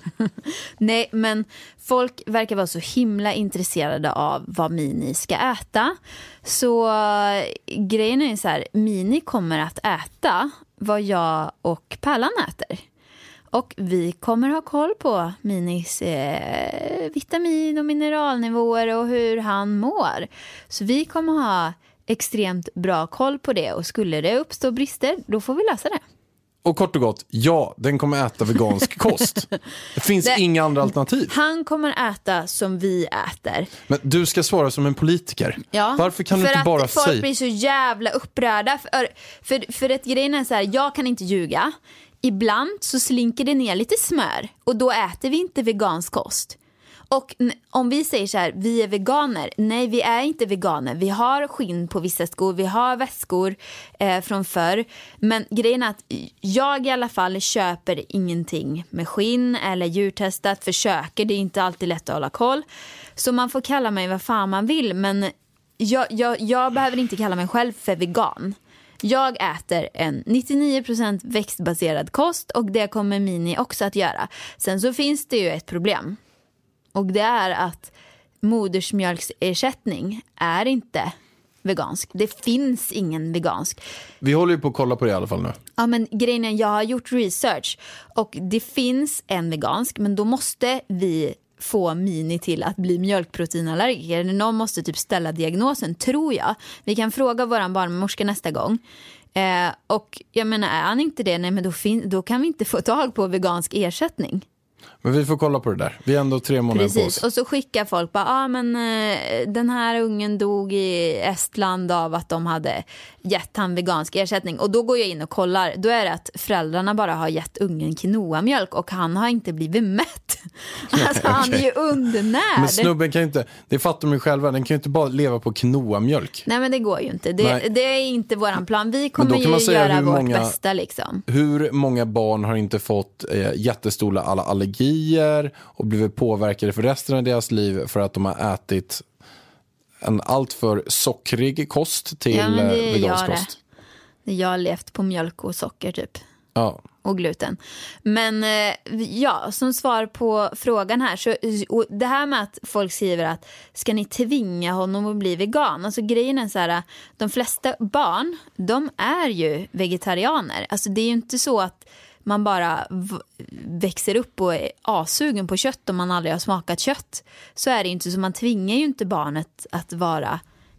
Nej, men folk verkar vara så himla intresserade av vad Mini ska äta. Så uh, grejen är så här, Mini kommer att äta vad jag och Pärlan äter. Och vi kommer ha koll på Minis eh, vitamin- och mineralnivåer och hur han mår. Så vi kommer ha extremt bra koll på det. Och skulle det uppstå brister, då får vi lösa det. Och kort och gott, ja, den kommer äta vegansk kost. Det finns det, inga andra alternativ. Han kommer äta som vi äter. Men du ska svara som en politiker. Ja, varför kan du inte bara säga? För att folk blir så jävla upprörda. För, för, för att grejen är så här, jag kan inte ljuga. Ibland så slinker det ner lite smör. Och då äter vi inte vegansk kost. Och om vi säger så här, vi är veganer. Nej, vi är inte veganer. Vi har skinn på vissa skor. Vi har väskor eh, från förr. Men grejen är att jag i alla fall köper ingenting med skinn eller djurtestat. Försöker, det är inte alltid lätt att hålla koll. Så man får kalla mig vad fan man vill. Men jag, jag, jag behöver inte kalla mig själv för vegan. Jag äter en nittionio procent växtbaserad kost. Och det kommer Mini också att göra. Sen så finns det ju ett problem. Och det är att modersmjölksersättning är inte vegansk. Det finns ingen vegansk. Vi håller ju på att kolla på det i alla fall nu. Ja, men grejen är, jag har gjort research. Och det finns en vegansk, men då måste vi få Mini till att bli mjölkproteinallergiker. Någon måste typ ställa diagnosen, tror jag. Vi kan fråga våran barnmorska nästa gång. Eh, och jag menar, är han inte det, nej, men då, fin- då kan vi inte få tag på vegansk ersättning. Men vi får kolla på det där. Vi är ändå tre månader Precis. på oss. Och så skickar folk bara, ja ah, men eh, den här ungen dog i Estland av att de hade gett han vegansk ersättning. Och då går jag in och kollar. Då är det att föräldrarna bara har gett ungen quinoa-mjölk och han har inte blivit mätt. Alltså okay. Han är ju undernärd. Men snubben kan ju inte, det fattar mig själva, den kan ju inte bara leva på quinoa-mjölk. Nej, men det går ju inte. Det, det är inte våran plan. Vi kommer ju göra vårt många, bästa liksom. Hur många barn har inte fått eh, jättestora alla allergier och blivit påverkade för resten av deras liv för att de har ätit en alltför sockrig kost till ja, vegansk kost? Det. Jag har levt på mjölk och socker typ. Ja. Och gluten. Men ja, som svar på frågan här så, och det här med att folk skriver att ska ni tvinga honom att bli vegan? Alltså grejen är så här, de flesta barn, de är ju vegetarianer. Alltså det är ju inte så att man bara v- växer upp och är asugen på kött om man aldrig har smakat kött. Så är det ju inte, så man tvingar ju inte barnet att vara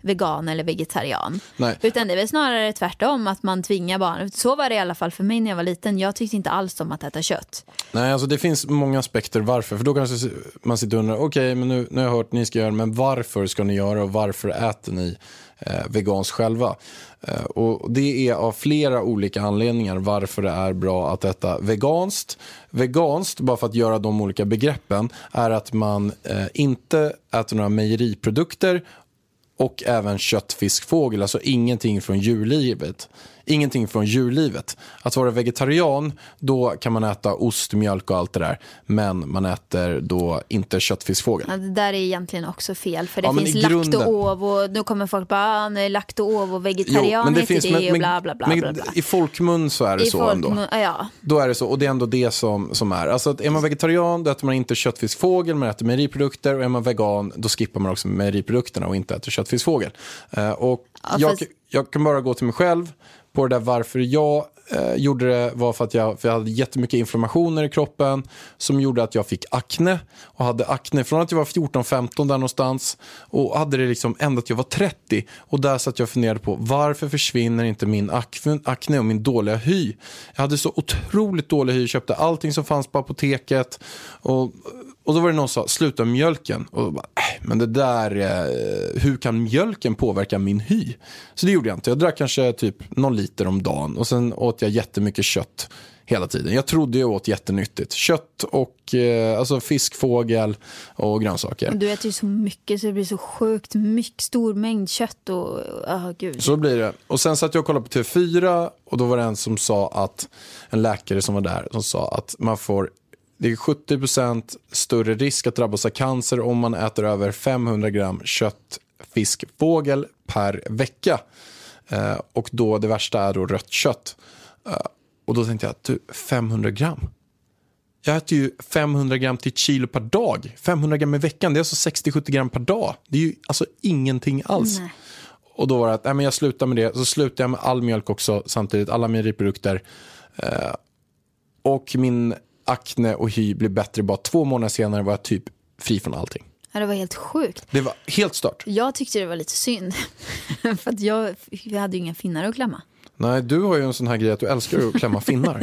vegan eller vegetarian. Nej. Utan det är väl snarare tvärtom, att man tvingar barn. Så var det i alla fall för mig när jag var liten. Jag tyckte inte alls om att äta kött. Nej, alltså det finns många aspekter varför. För då kanske man sitter och undrar, okej, okay, men nu, nu har jag hört att ni ska göra, men varför ska ni göra och varför äter ni eh, vegans själva? Eh, och det är av flera olika anledningar varför det är bra att äta veganskt. Veganskt, bara för att göra de olika begreppen, är att man eh, inte äter några mejeriprodukter och även kött, fisk, fågel, alltså ingenting från djurlivet. Ingenting från djurlivet. Att vara vegetarian, då kan man äta ost, mjölk och allt det där. Men man äter då inte kött, fisk, fågel. Ja, det där är egentligen också fel. För det ja, finns lakt-och-ovo och nu kommer folk bara, ah, nej, lakt-och-ovo, vegetarian jo, det heter finns, det men, och bla bla bla, men, bla, bla. I folkmun så är det I så folkmun, ändå. ja. Då är det så, och det är ändå det som, som är. Alltså att är man vegetarian, då äter man inte kött, fisk, fågel, man äter mejeriprodukter. Och är man vegan, då skippar man också mejeriprodukterna och inte äter kött, fisk, fågel. Uh, och ja, jag, fast... jag kan bara gå till mig själv på det där. Varför jag eh, gjorde det var för att jag, för jag hade jättemycket inflammationer i kroppen som gjorde att jag fick akne. Och hade akne från att jag var fjorton femton där någonstans. Och hade det liksom ända att jag var trettio. Och där satt jag och funderade på, varför försvinner inte min akne, akne och min dåliga hy? Jag hade så otroligt dålig hy. Jag köpte allting som fanns på apoteket. Och... Och då var det någon som sa, sluta mjölken. Och då bara, äh, men det där, eh, hur kan mjölken påverka min hy? Så det gjorde jag inte. Jag drack kanske typ någon liter om dagen. Och sen åt jag jättemycket kött hela tiden. Jag trodde jag åt jättenyttigt. Kött och eh, alltså fisk, fågel och grönsaker. Du äter ju så mycket så det blir så sjukt mycket, stor mängd kött och, oh, gud. Så blir det. Och sen satt jag och kollade på T V fyra och då var det en som sa att, en läkare som var där, som sa att man får... Det är sjuttio procent större risk att drabbas av cancer om man äter över femhundra gram kött, fisk, fågel per vecka. Eh, och då det värsta är då rött kött. Eh, och då tänkte jag, du, femhundra gram? Jag äter ju femhundra gram till ett kilo per dag. femhundra gram i veckan, det är alltså sextio till sjuttio gram per dag. Det är ju alltså ingenting alls. Nej. Och då var det att nej, men jag slutar med det. Så slutar jag med all mjölk också samtidigt, alla mejeriprodukter. Eh, och min... akne och hy blev bättre. Bara två månader senare var jag typ fri från allting. Ja, det var helt sjukt. Det var helt stört. Jag tyckte det var lite synd. För att jag, jag hade ju inga finnar att klämma. Nej, du har ju en sån här grej att du älskar att klämma finnar.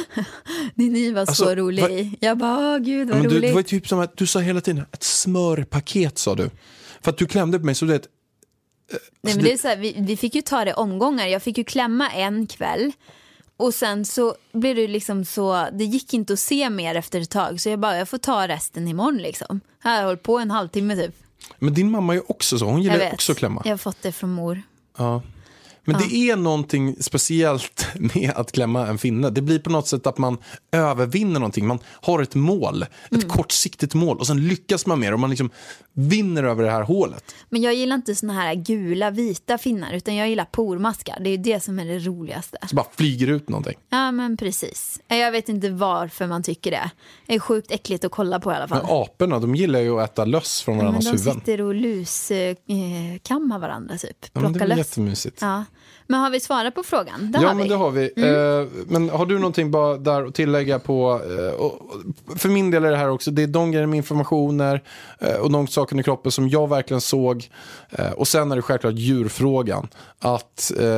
Din ny var alltså, så rolig. Var... Jag bara, åh gud vad men roligt. Du, det var typ som att du sa hela tiden, ett smörpaket sa du. För att du klämde på mig så det... Alltså, nej, men det är så här, vi, vi fick ju ta det omgångar. Jag fick ju klämma en kväll. Och sen så blev det liksom så, det gick inte att se mer efter ett tag. Så jag bara, jag får ta resten imorgon liksom. Här har jag hållit på en halvtimme typ. Men din mamma är ju också så, hon gillar också att klämma. Jag har fått det från mor. Ja. Men ja. Det är någonting speciellt med att klämma en finne. Det blir på något sätt att man övervinner någonting. Man har ett mål, ett mm. kortsiktigt mål. Och sen lyckas man med det och man liksom vinner över det här hålet. Men jag gillar inte såna här gula, vita finnar. Utan jag gillar pormaskar. Det är ju det som är det roligaste. Så bara flyger ut någonting. Ja, men precis. Jag vet inte varför man tycker det. Det är sjukt äckligt att kolla på i alla fall. Men aporna, de gillar ju att äta löss från varandras huvuden. Ja, men de sitter och luskammar eh, varandra typ. Ja, men det är löss. Jättemysigt. Ja. Men har vi svarat på frågan? Det ja, har men vi. det har vi. Mm. Eh, men har du någonting bara där att tillägga på? Eh, och för min del är det här också. Det är de grejer med informationer eh, och de saker i kroppen som jag verkligen såg. Eh, och sen är det självklart djurfrågan. Att eh,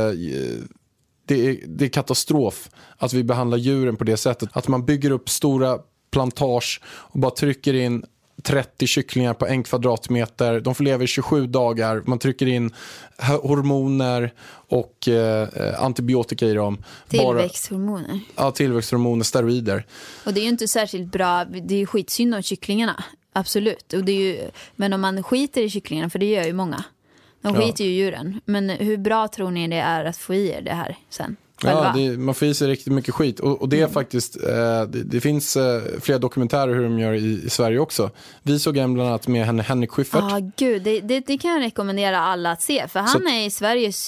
det, är, det är katastrof att vi behandlar djuren på det sättet. Att man bygger upp stora plantage och bara trycker in trettio kycklingar på en kvadratmeter. De får leva i tjugosju dagar. Man trycker in hormoner och eh, antibiotika i dem. Tillväxthormoner. Bara, ja, tillväxthormoner, steroider. Och det är ju inte särskilt bra. Det är ju skitsynd om kycklingarna. Absolut. Och det är ju, men om man skiter i kycklingarna, för det gör ju många. De skiter ja. ju i djuren. Men hur bra tror ni det är att få i er det här sen? Ja, det, man får i sig riktigt mycket skit. Och, och det är mm. faktiskt, eh, det, det finns eh, flera dokumentärer hur de gör i, i Sverige också. Vi såg en bland annat med henne, Henrik Schyffert. Ja, ah, gud, det, det, det kan jag rekommendera alla att se. För han så, är i Sveriges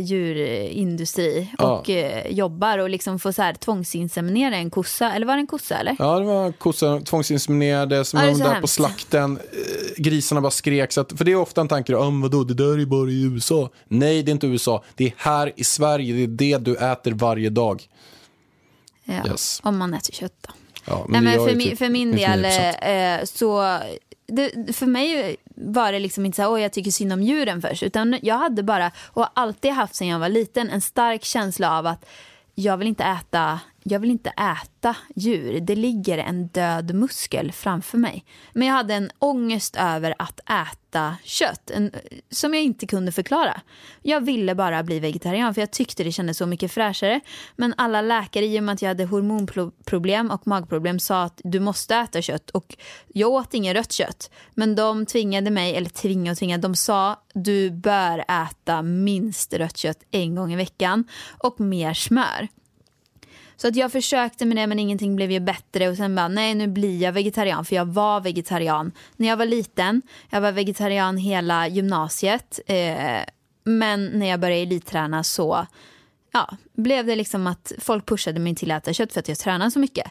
djurindustri och ja. eh, jobbar och liksom får så här tvångsinseminera en kossa. Eller var det en kossa, eller? Ja, det var en kossa, tvångsinseminerade som ja, var där hemskt. På slakten. Grisarna bara skrek. Så att, för det är ofta en tanke, om vadå, det där är bara i U S A. Nej, det är inte U S A. Det är här i Sverige, det är det du äter varje dag. Ja, yes. Om man äter kött då. Ja, men Nej, men för, min, typ för min del eh, så det, för mig var det liksom inte så här, åh jag tycker synd om djuren först. Utan jag hade bara, och har alltid haft sedan jag var liten, en stark känsla av att jag vill inte äta, jag vill inte äta djur. Det ligger en död muskel framför mig. Men jag hade en ångest över att äta kött en, som jag inte kunde förklara. Jag ville bara bli vegetarian för jag tyckte det kändes så mycket fräschare. Men alla läkare, i och med att jag hade hormonproblem och magproblem, sa att du måste äta kött. Och jag åt ingen rött kött. Men de tvingade mig, eller tvingade och tvingade, de sa du bör äta minst rött kött en gång i veckan och mer smör. Så att jag försökte med det, men ingenting blev ju bättre. Och sen bara, nej nu blir jag vegetarian. För jag var vegetarian när jag var liten. Jag var vegetarian hela gymnasiet. Eh, men när jag började elitträna så ja, blev det liksom att folk pushade mig till att äta kött för att jag tränar så mycket.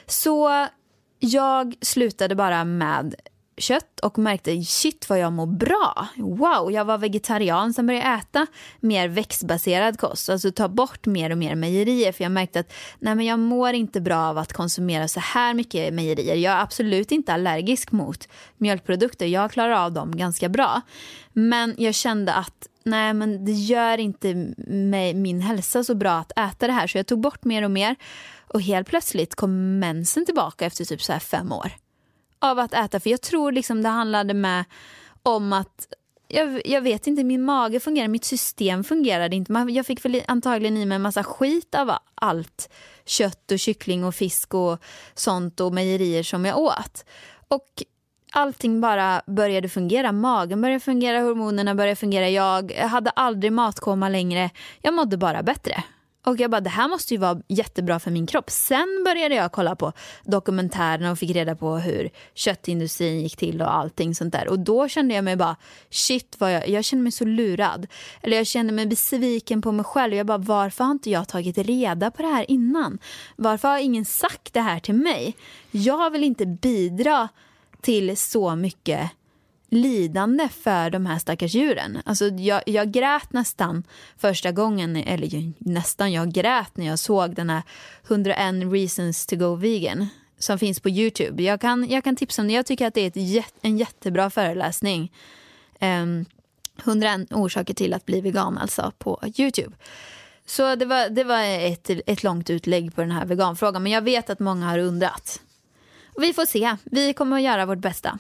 Så jag slutade bara med kött och märkte, shit vad jag mår bra. Wow, jag var vegetarian. Sen började jag äta mer växtbaserad kost. Alltså ta bort mer och mer mejerier. För jag märkte att nej, men jag mår inte bra av att konsumera så här mycket mejerier. Jag är absolut inte allergisk mot mjölkprodukter. Jag klarar av dem ganska bra. Men jag kände att nej, men det gör inte mig, min hälsa så bra att äta det här. Så jag tog bort mer och mer. Och helt plötsligt kom mensen tillbaka efter typ så här fem år. Av att äta, för jag tror liksom det handlade med om att jag, jag vet inte, min mage fungerar, mitt system fungerade inte. Jag fick väl antagligen i mig en massa skit av allt kött och kyckling och fisk och sånt och mejerier som jag åt. Och allting bara började fungera, magen började fungera, hormonerna började fungera. Jag hade aldrig matkoma längre, jag mådde bara bättre. Och jag bara, det här måste ju vara jättebra för min kropp. Sen började jag kolla på dokumentärerna och fick reda på hur köttindustrin gick till och allting sånt där. Och då kände jag mig bara, shit vad jag, jag kände mig så lurad. Eller jag kände mig besviken på mig själv. Jag bara, varför har inte jag tagit reda på det här innan? Varför har ingen sagt det här till mig? Jag vill inte bidra till så mycket lidande för de här stackars djuren. Alltså jag, jag grät nästan första gången, eller nästan jag grät när jag såg den här hundraen reasons to go vegan som finns på YouTube. Jag kan, jag kan tipsa om det. Jag tycker att det är ett jät, en jättebra föreläsning. Um, hundraen orsaker till att bli vegan alltså på YouTube. Så det var, det var ett, ett långt utlägg på den här veganfrågan. Men jag vet att många har undrat. Och vi får se. Vi kommer att göra vårt bästa.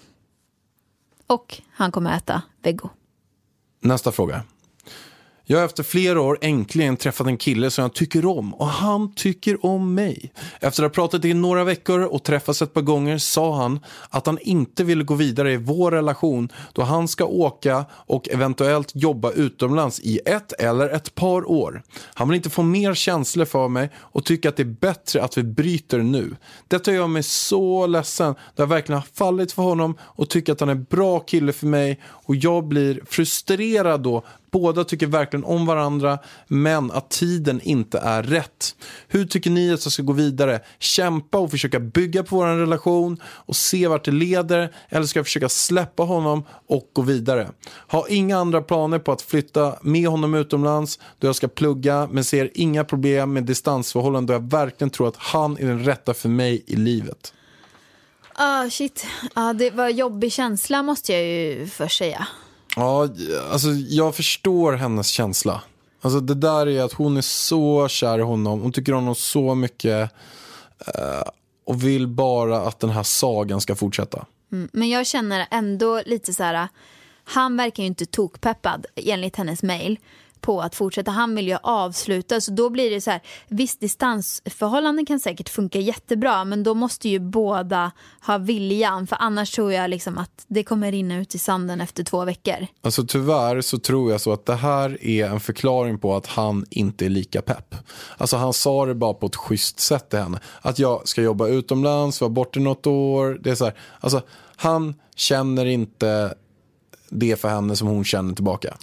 Och han kommer äta vego. Nästa fråga. Jag har efter flera år äntligen träffat en kille som jag tycker om och han tycker om mig. Efter att ha pratat i några veckor och träffats ett par gånger sa han att han inte ville gå vidare i vår relation då han ska åka och eventuellt jobba utomlands i ett eller ett par år. Han vill inte få mer känslor för mig och tycker att det är bättre att vi bryter nu. Detta gör mig så ledsen då jag verkligen har fallit för honom och tycker att han är en bra kille för mig och jag blir frustrerad då. Båda tycker verkligen om varandra men att tiden inte är rätt. Hur tycker ni att jag ska gå vidare? Kämpa och försöka bygga på vår relation och se vart det leder eller ska jag försöka släppa honom och gå vidare? Har inga andra planer på att flytta med honom utomlands då jag ska plugga men ser inga problem med distansförhållanden då jag verkligen tror att han är den rätta för mig i livet. Ah oh, shit, ah, det var jobbig känsla måste jag ju först säga. Ja, alltså jag förstår hennes känsla. Alltså det där är att hon är så kär i honom. Hon tycker om honom så mycket eh, och vill bara att den här sagan ska fortsätta. Mm, men jag känner ändå lite så här, han verkar ju inte tokpeppad enligt hennes mejl på att fortsätta. Han vill ju avsluta. Så då blir det så här, visst distansförhållanden kan säkert funka jättebra men då måste ju båda ha viljan för annars tror jag liksom att det kommer rinna ut i sanden efter två veckor. Alltså tyvärr så tror jag så att det här är en förklaring på att han inte är lika pepp. Alltså han sa det bara på ett schysst sätt till henne. Att jag ska jobba utomlands, vara borta något år. Det är så här, alltså han känner inte det för henne som hon känner tillbaka.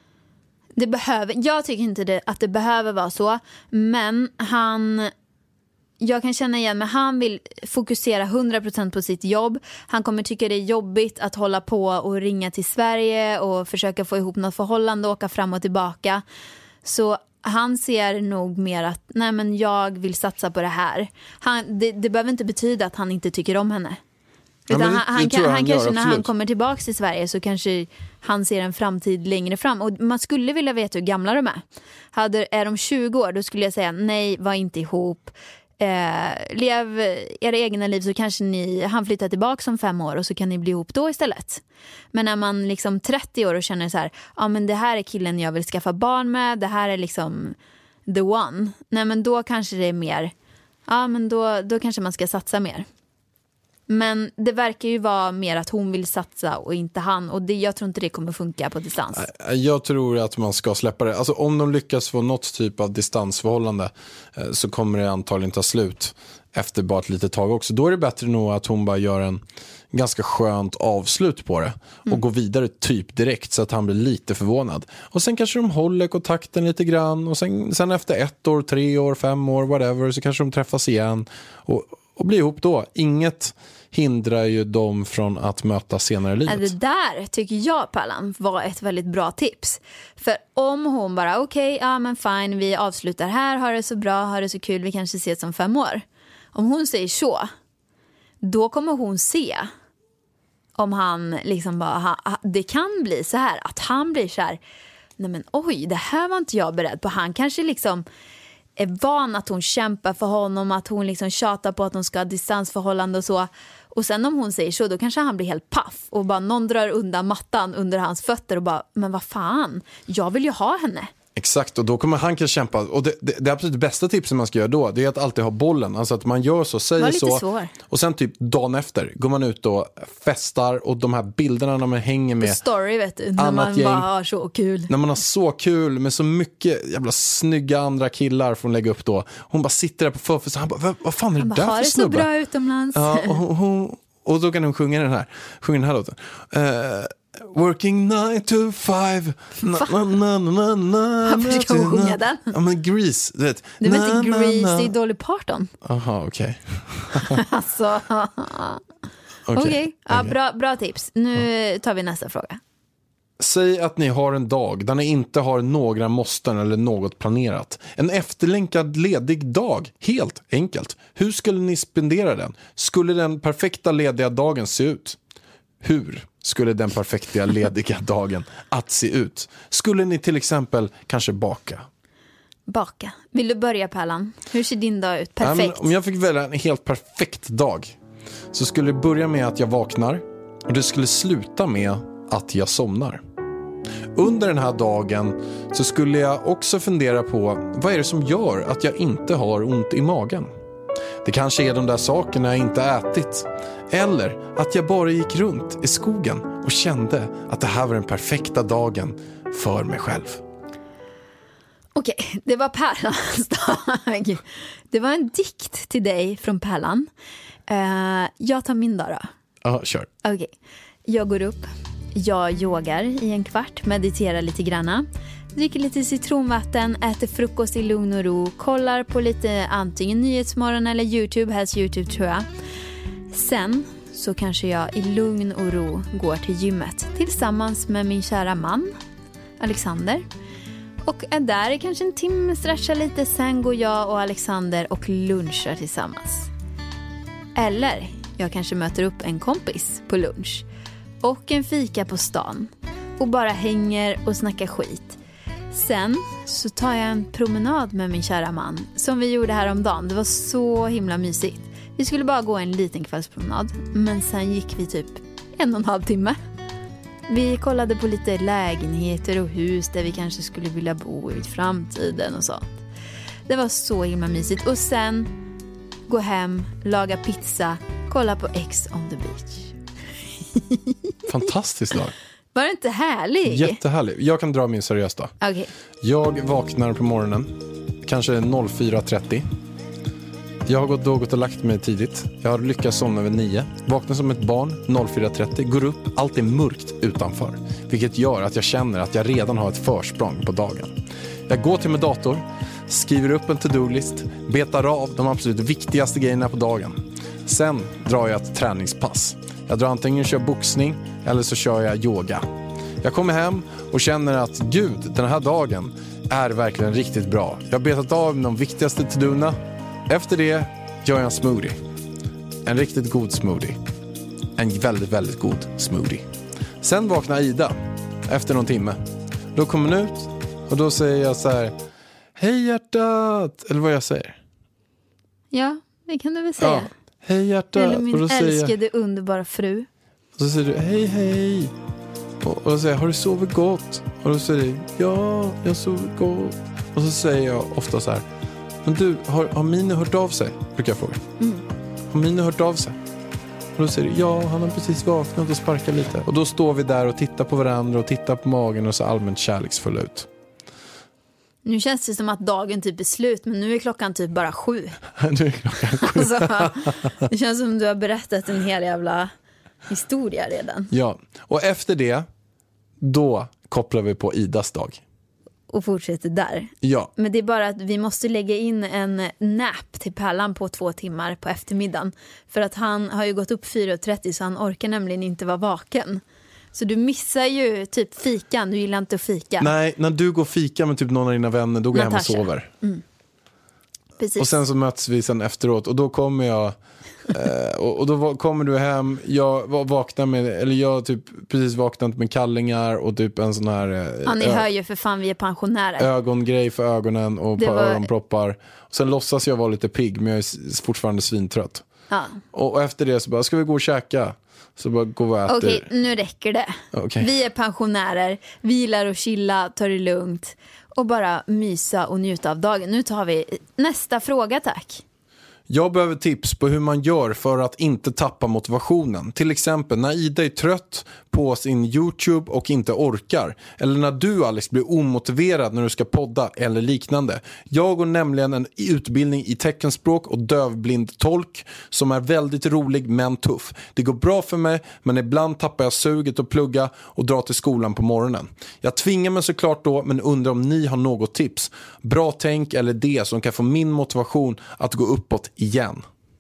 Det behöver, jag tycker inte det, att det behöver vara så. Men han, jag kan känna igen mig, han vill fokusera hundra procent på sitt jobb. Han kommer tycka det är jobbigt att hålla på och ringa till Sverige och försöka få ihop något förhållande och åka fram och tillbaka. Så han ser nog mer att nej men jag vill satsa på det här. Han, det, det behöver inte betyda att han inte tycker om henne. Ja, Utan men det- han, det han, tror kan, jag han han gör, kanske när han absolut. kommer tillbaka till Sverige så kanske han ser en framtid längre fram. Och man skulle vilja veta hur gamla de är. Hade, är de tjugo år, då skulle jag säga nej, var inte ihop. Eh, lev era egna liv, så kanske ni, han flyttar tillbaka om fem år och så kan ni bli ihop då istället. Men när man liksom trettio år och känner så här, ja men det här är killen jag vill skaffa barn med, det här är liksom the one. Nej men då kanske det är mer, ja men då, då kanske man ska satsa mer. Men det verkar ju vara mer att hon vill satsa och inte han. Och det, jag tror inte det kommer funka på distans. Jag tror att man ska släppa det. Alltså om de lyckas få något typ av distansförhållande eh, så kommer det antagligen ta slut efter bara ett litet tag också. Då är det bättre nog att hon bara gör en ganska skönt avslut på det och mm. går vidare typ direkt så att han blir lite förvånad. Och sen kanske de håller kontakten lite grann och sen, sen efter ett år, tre år, fem år, whatever, så kanske de träffas igen och, och blir ihop då. Inget hindrar ju dem från att möta senare i livet. Det där tycker jag, Pallan, var ett väldigt bra tips. För om hon bara, okej, okay, ja men fine, vi avslutar här, har det så bra, har det så kul, vi kanske ses om fem år. Om hon säger så, då kommer hon se om han liksom bara, ha, det kan bli så här, att han blir så här, nej men oj, det här var inte jag beredd på. Han kanske liksom är van att hon kämpar för honom, att hon liksom tjatar på att de ska ha distansförhållande och så. Och sen om hon säger så, då kanske han blir helt paff och bara någon drar undan mattan under hans fötter och bara, men vad fan, jag vill ju ha henne. Exakt, och då kommer han kanske kämpa. Och det, det, det absolut bästa tipset man ska göra då, det är att alltid ha bollen. Alltså att man gör så, säger så. Svår. Och sen typ dagen efter går man ut och festar. Och de här bilderna när man hänger med story, vet du, när man gäng, bara har så kul. När man har så kul med så mycket jävla snygga andra killar får lägga upp då. Hon bara sitter där på förfest. Han bara, vad, vad fan är det där för det snubbe? Så bra utomlands. Ja, och, hon, och då kan hon sjunga den här. Sjunga den här låten. Uh, Working nine to five. Na, na, na, na, na, Varför ska hon sjunga den? Ja, men Grease, du vet. Du vet na, inte Grease, na, na. det är Dolly Parton. Aha, okej. Okay. alltså, okej. Okay. Okay. Ja, okay. bra, bra tips. Nu tar vi nästa fråga. Säg att ni har en dag där ni inte har några måsten eller något planerat. En efterlängtad ledig dag, helt enkelt. Hur skulle ni spendera den? Skulle den perfekta lediga dagen se ut? Hur skulle den perfekta lediga dagen att se ut? Skulle ni till exempel kanske baka? Baka. Vill du börja, Pallan? Hur ser din dag ut? Perfekt. Ja, om jag fick välja en helt perfekt dag så skulle det börja med att jag vaknar och det skulle sluta med att jag somnar. Under den här dagen så skulle jag också fundera på vad är det som gör att jag inte har ont i magen. Det kanske är de där sakerna jag inte ätit. Eller att jag bara gick runt i skogen och kände att det här var den perfekta dagen för mig själv. Okej, okay, det var Pärlans dag. Det var en dikt till dig från Pärlan. Uh, jag tar min dag då. Ja, kör. Okej, okay. Jag går upp. Jag yogar i en kvart, mediterar lite granna. Dricker lite citronvatten, äter frukost i lugn och ro. Kollar på lite antingen Nyhetsmorgon eller YouTube, helst YouTube tror jag. Sen så kanske jag i lugn och ro går till gymmet tillsammans med min kära man, Alexander. Och är där i kanske en timme, stretchar lite. Sen går jag och Alexander och lunchar tillsammans. Eller jag kanske möter upp en kompis på lunch. Och en fika på stan. Och bara hänger och snackar skit. Sen så tar jag en promenad med min kära man. Som vi gjorde här om dagen. Det var så himla mysigt. Vi skulle bara gå en liten kvällspromenad. Men sen gick vi typ en och en halv timme. Vi kollade på lite lägenheter och hus där vi kanske skulle vilja bo i framtiden och sånt. Det var så himla mysigt. Och sen gå hem, laga pizza, kolla på Ex on the beach. Fantastiskt dag. Var det inte härlig? Jättehärlig. Jag kan dra min seriöst då. Okay. Jag vaknar på morgonen, kanske fyra trettio. Jag har gått, då gått och lagt mig tidigt. Jag har lyckats somna vid nio. Vaknar som ett barn fyra trettio. Går upp, allt är mörkt utanför. Vilket gör att jag känner att jag redan har ett försprång på dagen. Jag går till min dator, skriver upp en to-do-list, betar av de absolut viktigaste grejerna på dagen. Sen drar jag ett träningspass. Jag drar antingen och kör boxning eller så kör jag yoga. Jag kommer hem och känner att gud, den här dagen är verkligen riktigt bra. Jag har betat av de viktigaste to-do-erna. Efter det gör jag en smoothie. En riktigt god smoothie. En en väldigt, väldigt god smoothie. Sen vaknar Ida efter någon timme. Då kommer hon ut och då säger jag så här: hej hjärtat, eller vad jag säger. Ja, det kan du väl säga. Ja, hej hjärtat. Eller min och då säger älskade jag, underbara fru. Och så säger du, hej hej. Och, och då säger jag, har du sovit gott? Och då säger du, ja, jag sover gott. Och så säger jag ofta så här, men du, har, har Mine hört av sig? Brukar jag fråga. Mm. Har Mine hört av sig? Och då säger du, ja, han har precis vaknat och sparkat lite. Och då står vi där och tittar på varandra och tittar på magen och så allmänt kärleksfull ut. Nu känns det som att dagen typ är slut, men nu är klockan typ bara sju. Nu är klockan sju. Alltså, det känns som du har berättat en hel jävla historia redan. Ja, och efter det, då kopplar vi på Idas dag. Och fortsätter där. Ja. Men det är bara att vi måste lägga in en nap till Pärlan på två timmar på eftermiddagen. För att han har ju gått upp fyra och trettio så han orkar nämligen inte vara vaken. Så du missar ju typ fikan, du gillar inte att fika. Nej, när du går fika med typ någon av dina vänner, då går jag hem och sover. Mm. Precis. Och sen så möts vi sen efteråt och då kommer jag eh, och, och då kommer du hem, jag vaknar med, eller jag har typ precis vaknat med kallingar och typ en sån här eh, ja, ni ö- hör ju för fan, vi är pensionärer. ögongrej för ögonen och Det på var- öronproppar. Och sen låtsas jag vara lite pigg, men jag är s- fortfarande svintrött. Ja. Och, och efter det så bara, ska vi gå och käka? Så bara gå och äta. Okej, nu räcker det. Okej. Vi är pensionärer, vi gillar att chilla, ta det lugnt och bara mysa och njuta av dagen. Nu tar vi nästa fråga, tack. Jag behöver tips på hur man gör för att inte tappa motivationen. Till exempel när Ida är trött på sin YouTube och inte orkar. Eller när du, Alex, blir omotiverad när du ska podda eller liknande. Jag går nämligen en utbildning i teckenspråk och dövblind tolk som är väldigt rolig men tuff. Det går bra för mig, men ibland tappar jag suget att plugga och dra till skolan på morgonen. Jag tvingar mig såklart då, men undrar om ni har något tips. Bra tänk eller det som kan få min motivation att gå uppåt igen.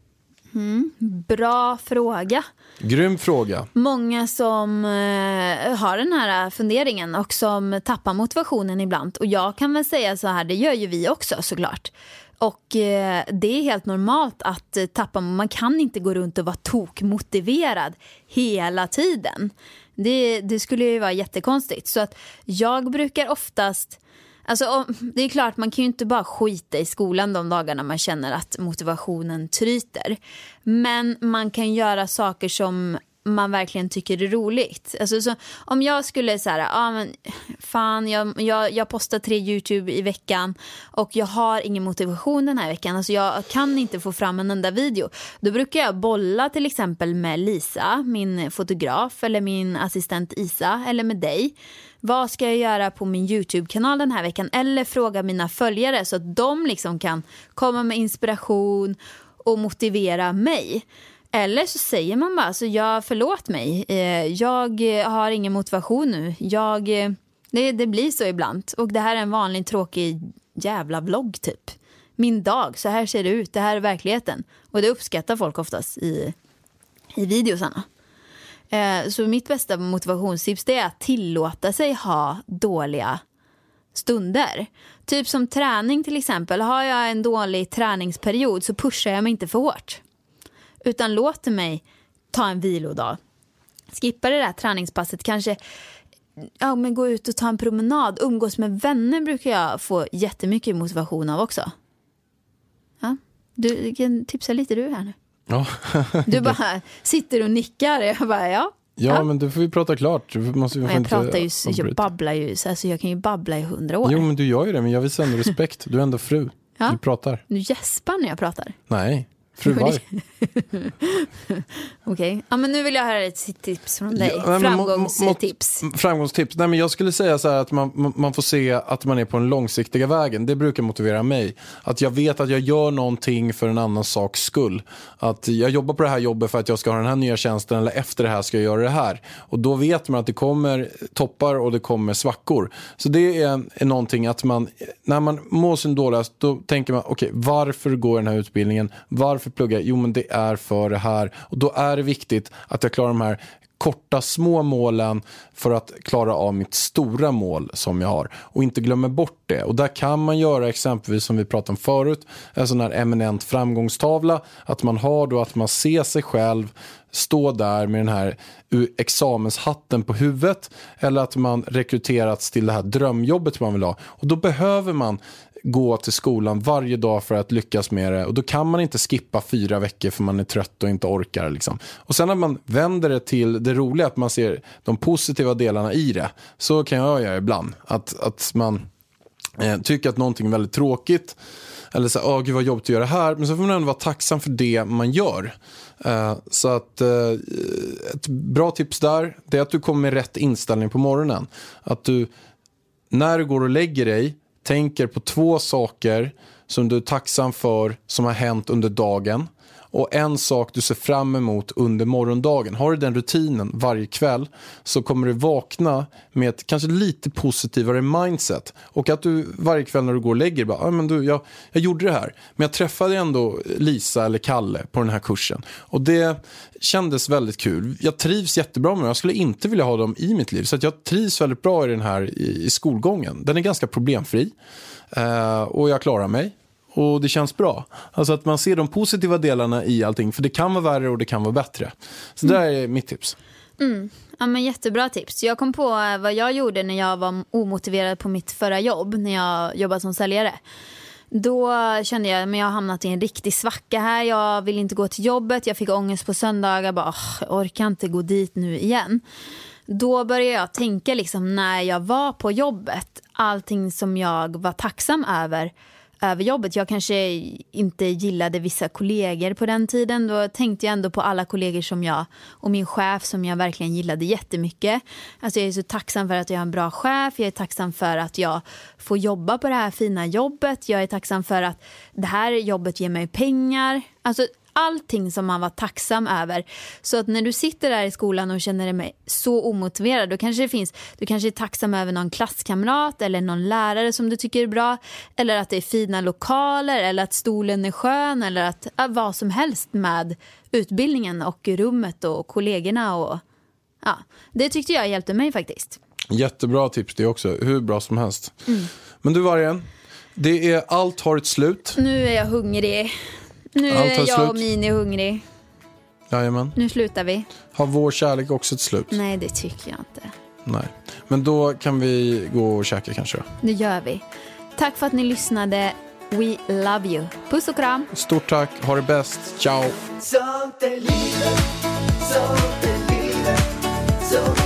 Mm, bra fråga. Grym fråga. Många som eh, har den här funderingen och som tappar motivationen ibland. Och jag kan väl säga så här, det gör ju vi också såklart. Och eh, det är helt normalt att eh, tappa, man kan inte gå runt och vara tokmotiverad hela tiden. Det, det skulle ju vara jättekonstigt. Så att jag brukar oftast... Alltså, det är klart, man kan ju inte bara skita i skolan de dagarna man känner att motivationen tryter. Men man kan göra saker som man verkligen tycker är roligt. Alltså, så, om jag skulle så här, ah, men fan, jag, jag, jag postar tre YouTube i veckan och jag har ingen motivation den här veckan. Alltså, jag kan inte få fram en enda video. Då brukar jag bolla till exempel med Lisa, min fotograf, eller min assistent Isa, eller med dig. Vad ska jag göra på min YouTube-kanal den här veckan? Eller fråga mina följare så att de liksom kan komma med inspiration och motivera mig. Eller så säger man bara, så jag förlåt mig. Jag har ingen motivation nu. Jag, det, det blir så ibland. Och det här är en vanlig tråkig jävla vlogg typ. Min dag, så här ser det ut. Det här är verkligheten. Och det uppskattar folk oftast i, i videosarna. Så mitt bästa motivationstips, det är att tillåta sig ha dåliga stunder. Typ som träning till exempel. Har jag en dålig träningsperiod så pushar jag mig inte för hårt. Utan låter mig ta en vilodag. Skippa det där träningspasset. Kanske ja, men gå ut och ta en promenad. Umgås med vänner brukar jag få jättemycket motivation av också. Ja, du kan tipsa lite du här nu. Ja. Du bara sitter och nickar. Jag bara, ja. Ja, men du får vi prata klart. Du måste, vi får jag inte pratar ju, jag avbryta. babblar ju. Så alltså, jag kan ju babbla i hundra år. Jo, men du gör ju det. Men jag visar ändå respekt. Du är ändå fru. Ja. Du pratar. Du gäspar när jag pratar. Nej, fruvar. Okej. Okay. Ja, men nu vill jag höra ett tips från dig. Ja, men Framgångstips. Mot, framgångstips. Nej, men jag skulle säga så här att man, man får se att man är på den långsiktiga vägen. Det brukar motivera mig. Att jag vet att jag gör någonting för en annan saks skull. Att jag jobbar på det här jobbet för att jag ska ha den här nya tjänsten, eller efter det här ska jag göra det här. Och då vet man att det kommer toppar och det kommer svackor. Så det är, är någonting att man, när man mår sin dåligast, då tänker man, okej, okay, varför går den här utbildningen? Varför plugga? Jo, men det är för det här. Och då är det viktigt att jag klarar de här korta små målen för att klara av mitt stora mål som jag har. Och inte glömma bort det. Och där kan man göra exempelvis, som vi pratade om förut, en sån här eminent framgångstavla. Att man har då att man ser sig själv stå där med den här examenshatten på huvudet. Eller att man rekryterats till det här drömjobbet man vill ha. Och då behöver man gå till skolan varje dag för att lyckas med det. Och då kan man inte skippa fyra veckor för man är trött och inte orkar. Liksom. Och sen när man vänder det till det roliga, att man ser de positiva delarna i det. Så kan jag göra ibland. Att, att man eh, tycker att någonting är väldigt tråkigt. Eller så, åh gud vad jobbigt att göra det här. Men så får man ändå vara tacksam för det man gör. Uh, så att uh, ett bra tips där, det är att du kommer med rätt inställning på morgonen. Att du, när du går och lägger dig, tänker på två saker som du är tacksam för som har hänt under dagen. Och en sak du ser fram emot under morgondagen. Har du den rutinen varje kväll, så kommer du vakna med ett kanske lite positivare mindset. Och att du varje kväll när du går och lägger bara, ah, men du, jag, jag gjorde det här. Men jag träffade ändå Lisa eller Kalle på den här kursen. Och det kändes väldigt kul. Jag trivs jättebra med det. Jag skulle inte vilja ha dem i mitt liv. Så att jag trivs väldigt bra i den här i, i skolgången. Den är ganska problemfri. Uh, och jag klarar mig. Och det känns bra. Alltså att man ser de positiva delarna i allting. För det kan vara värre och det kan vara bättre. Så mm. det där är mitt tips. Mm. Ja, men jättebra tips. Jag kom på vad jag gjorde när jag var omotiverad på mitt förra jobb. När jag jobbade som säljare. Då kände jag att jag har hamnat i en riktig svacka här. Jag vill inte gå till jobbet. Jag fick ångest på söndagar. Bara, jag orkar inte gå dit nu igen. Då började jag tänka liksom, när jag var på jobbet. Allting som jag var tacksam över. över jobbet. Jag kanske inte gillade vissa kollegor på den tiden. Då tänkte jag ändå på alla kollegor som jag och min chef som jag verkligen gillade jättemycket. Alltså jag är så tacksam för att jag har en bra chef. Jag är tacksam för att jag får jobba på det här fina jobbet. Jag är tacksam för att det här jobbet ger mig pengar. Alltså allting som man var tacksam över. Så att när du sitter där i skolan och känner dig så omotiverad, då kanske det finns, du kanske är tacksam över någon klasskamrat eller någon lärare som du tycker är bra, eller att det är fina lokaler, eller att stolen är skön, eller att ja, vad som helst med utbildningen och rummet och kollegorna. Och, ja, det tyckte jag hjälpte mig faktiskt. Jättebra tips det också, hur bra som helst. Mm. Men du Vargen, det är allt har ett slut. Nu är jag hungrig. Nu är jag och Mini hungrig. Jajamän. Nu slutar vi. Har vår kärlek också ett slut? Nej, det tycker jag inte. Nej. Men då kan vi gå och käka kanske. Det gör vi. Tack för att ni lyssnade. We love you. Puss och kram. Stort tack. Ha det bäst. Ciao. Sånt är livet, sånt är livet, sånt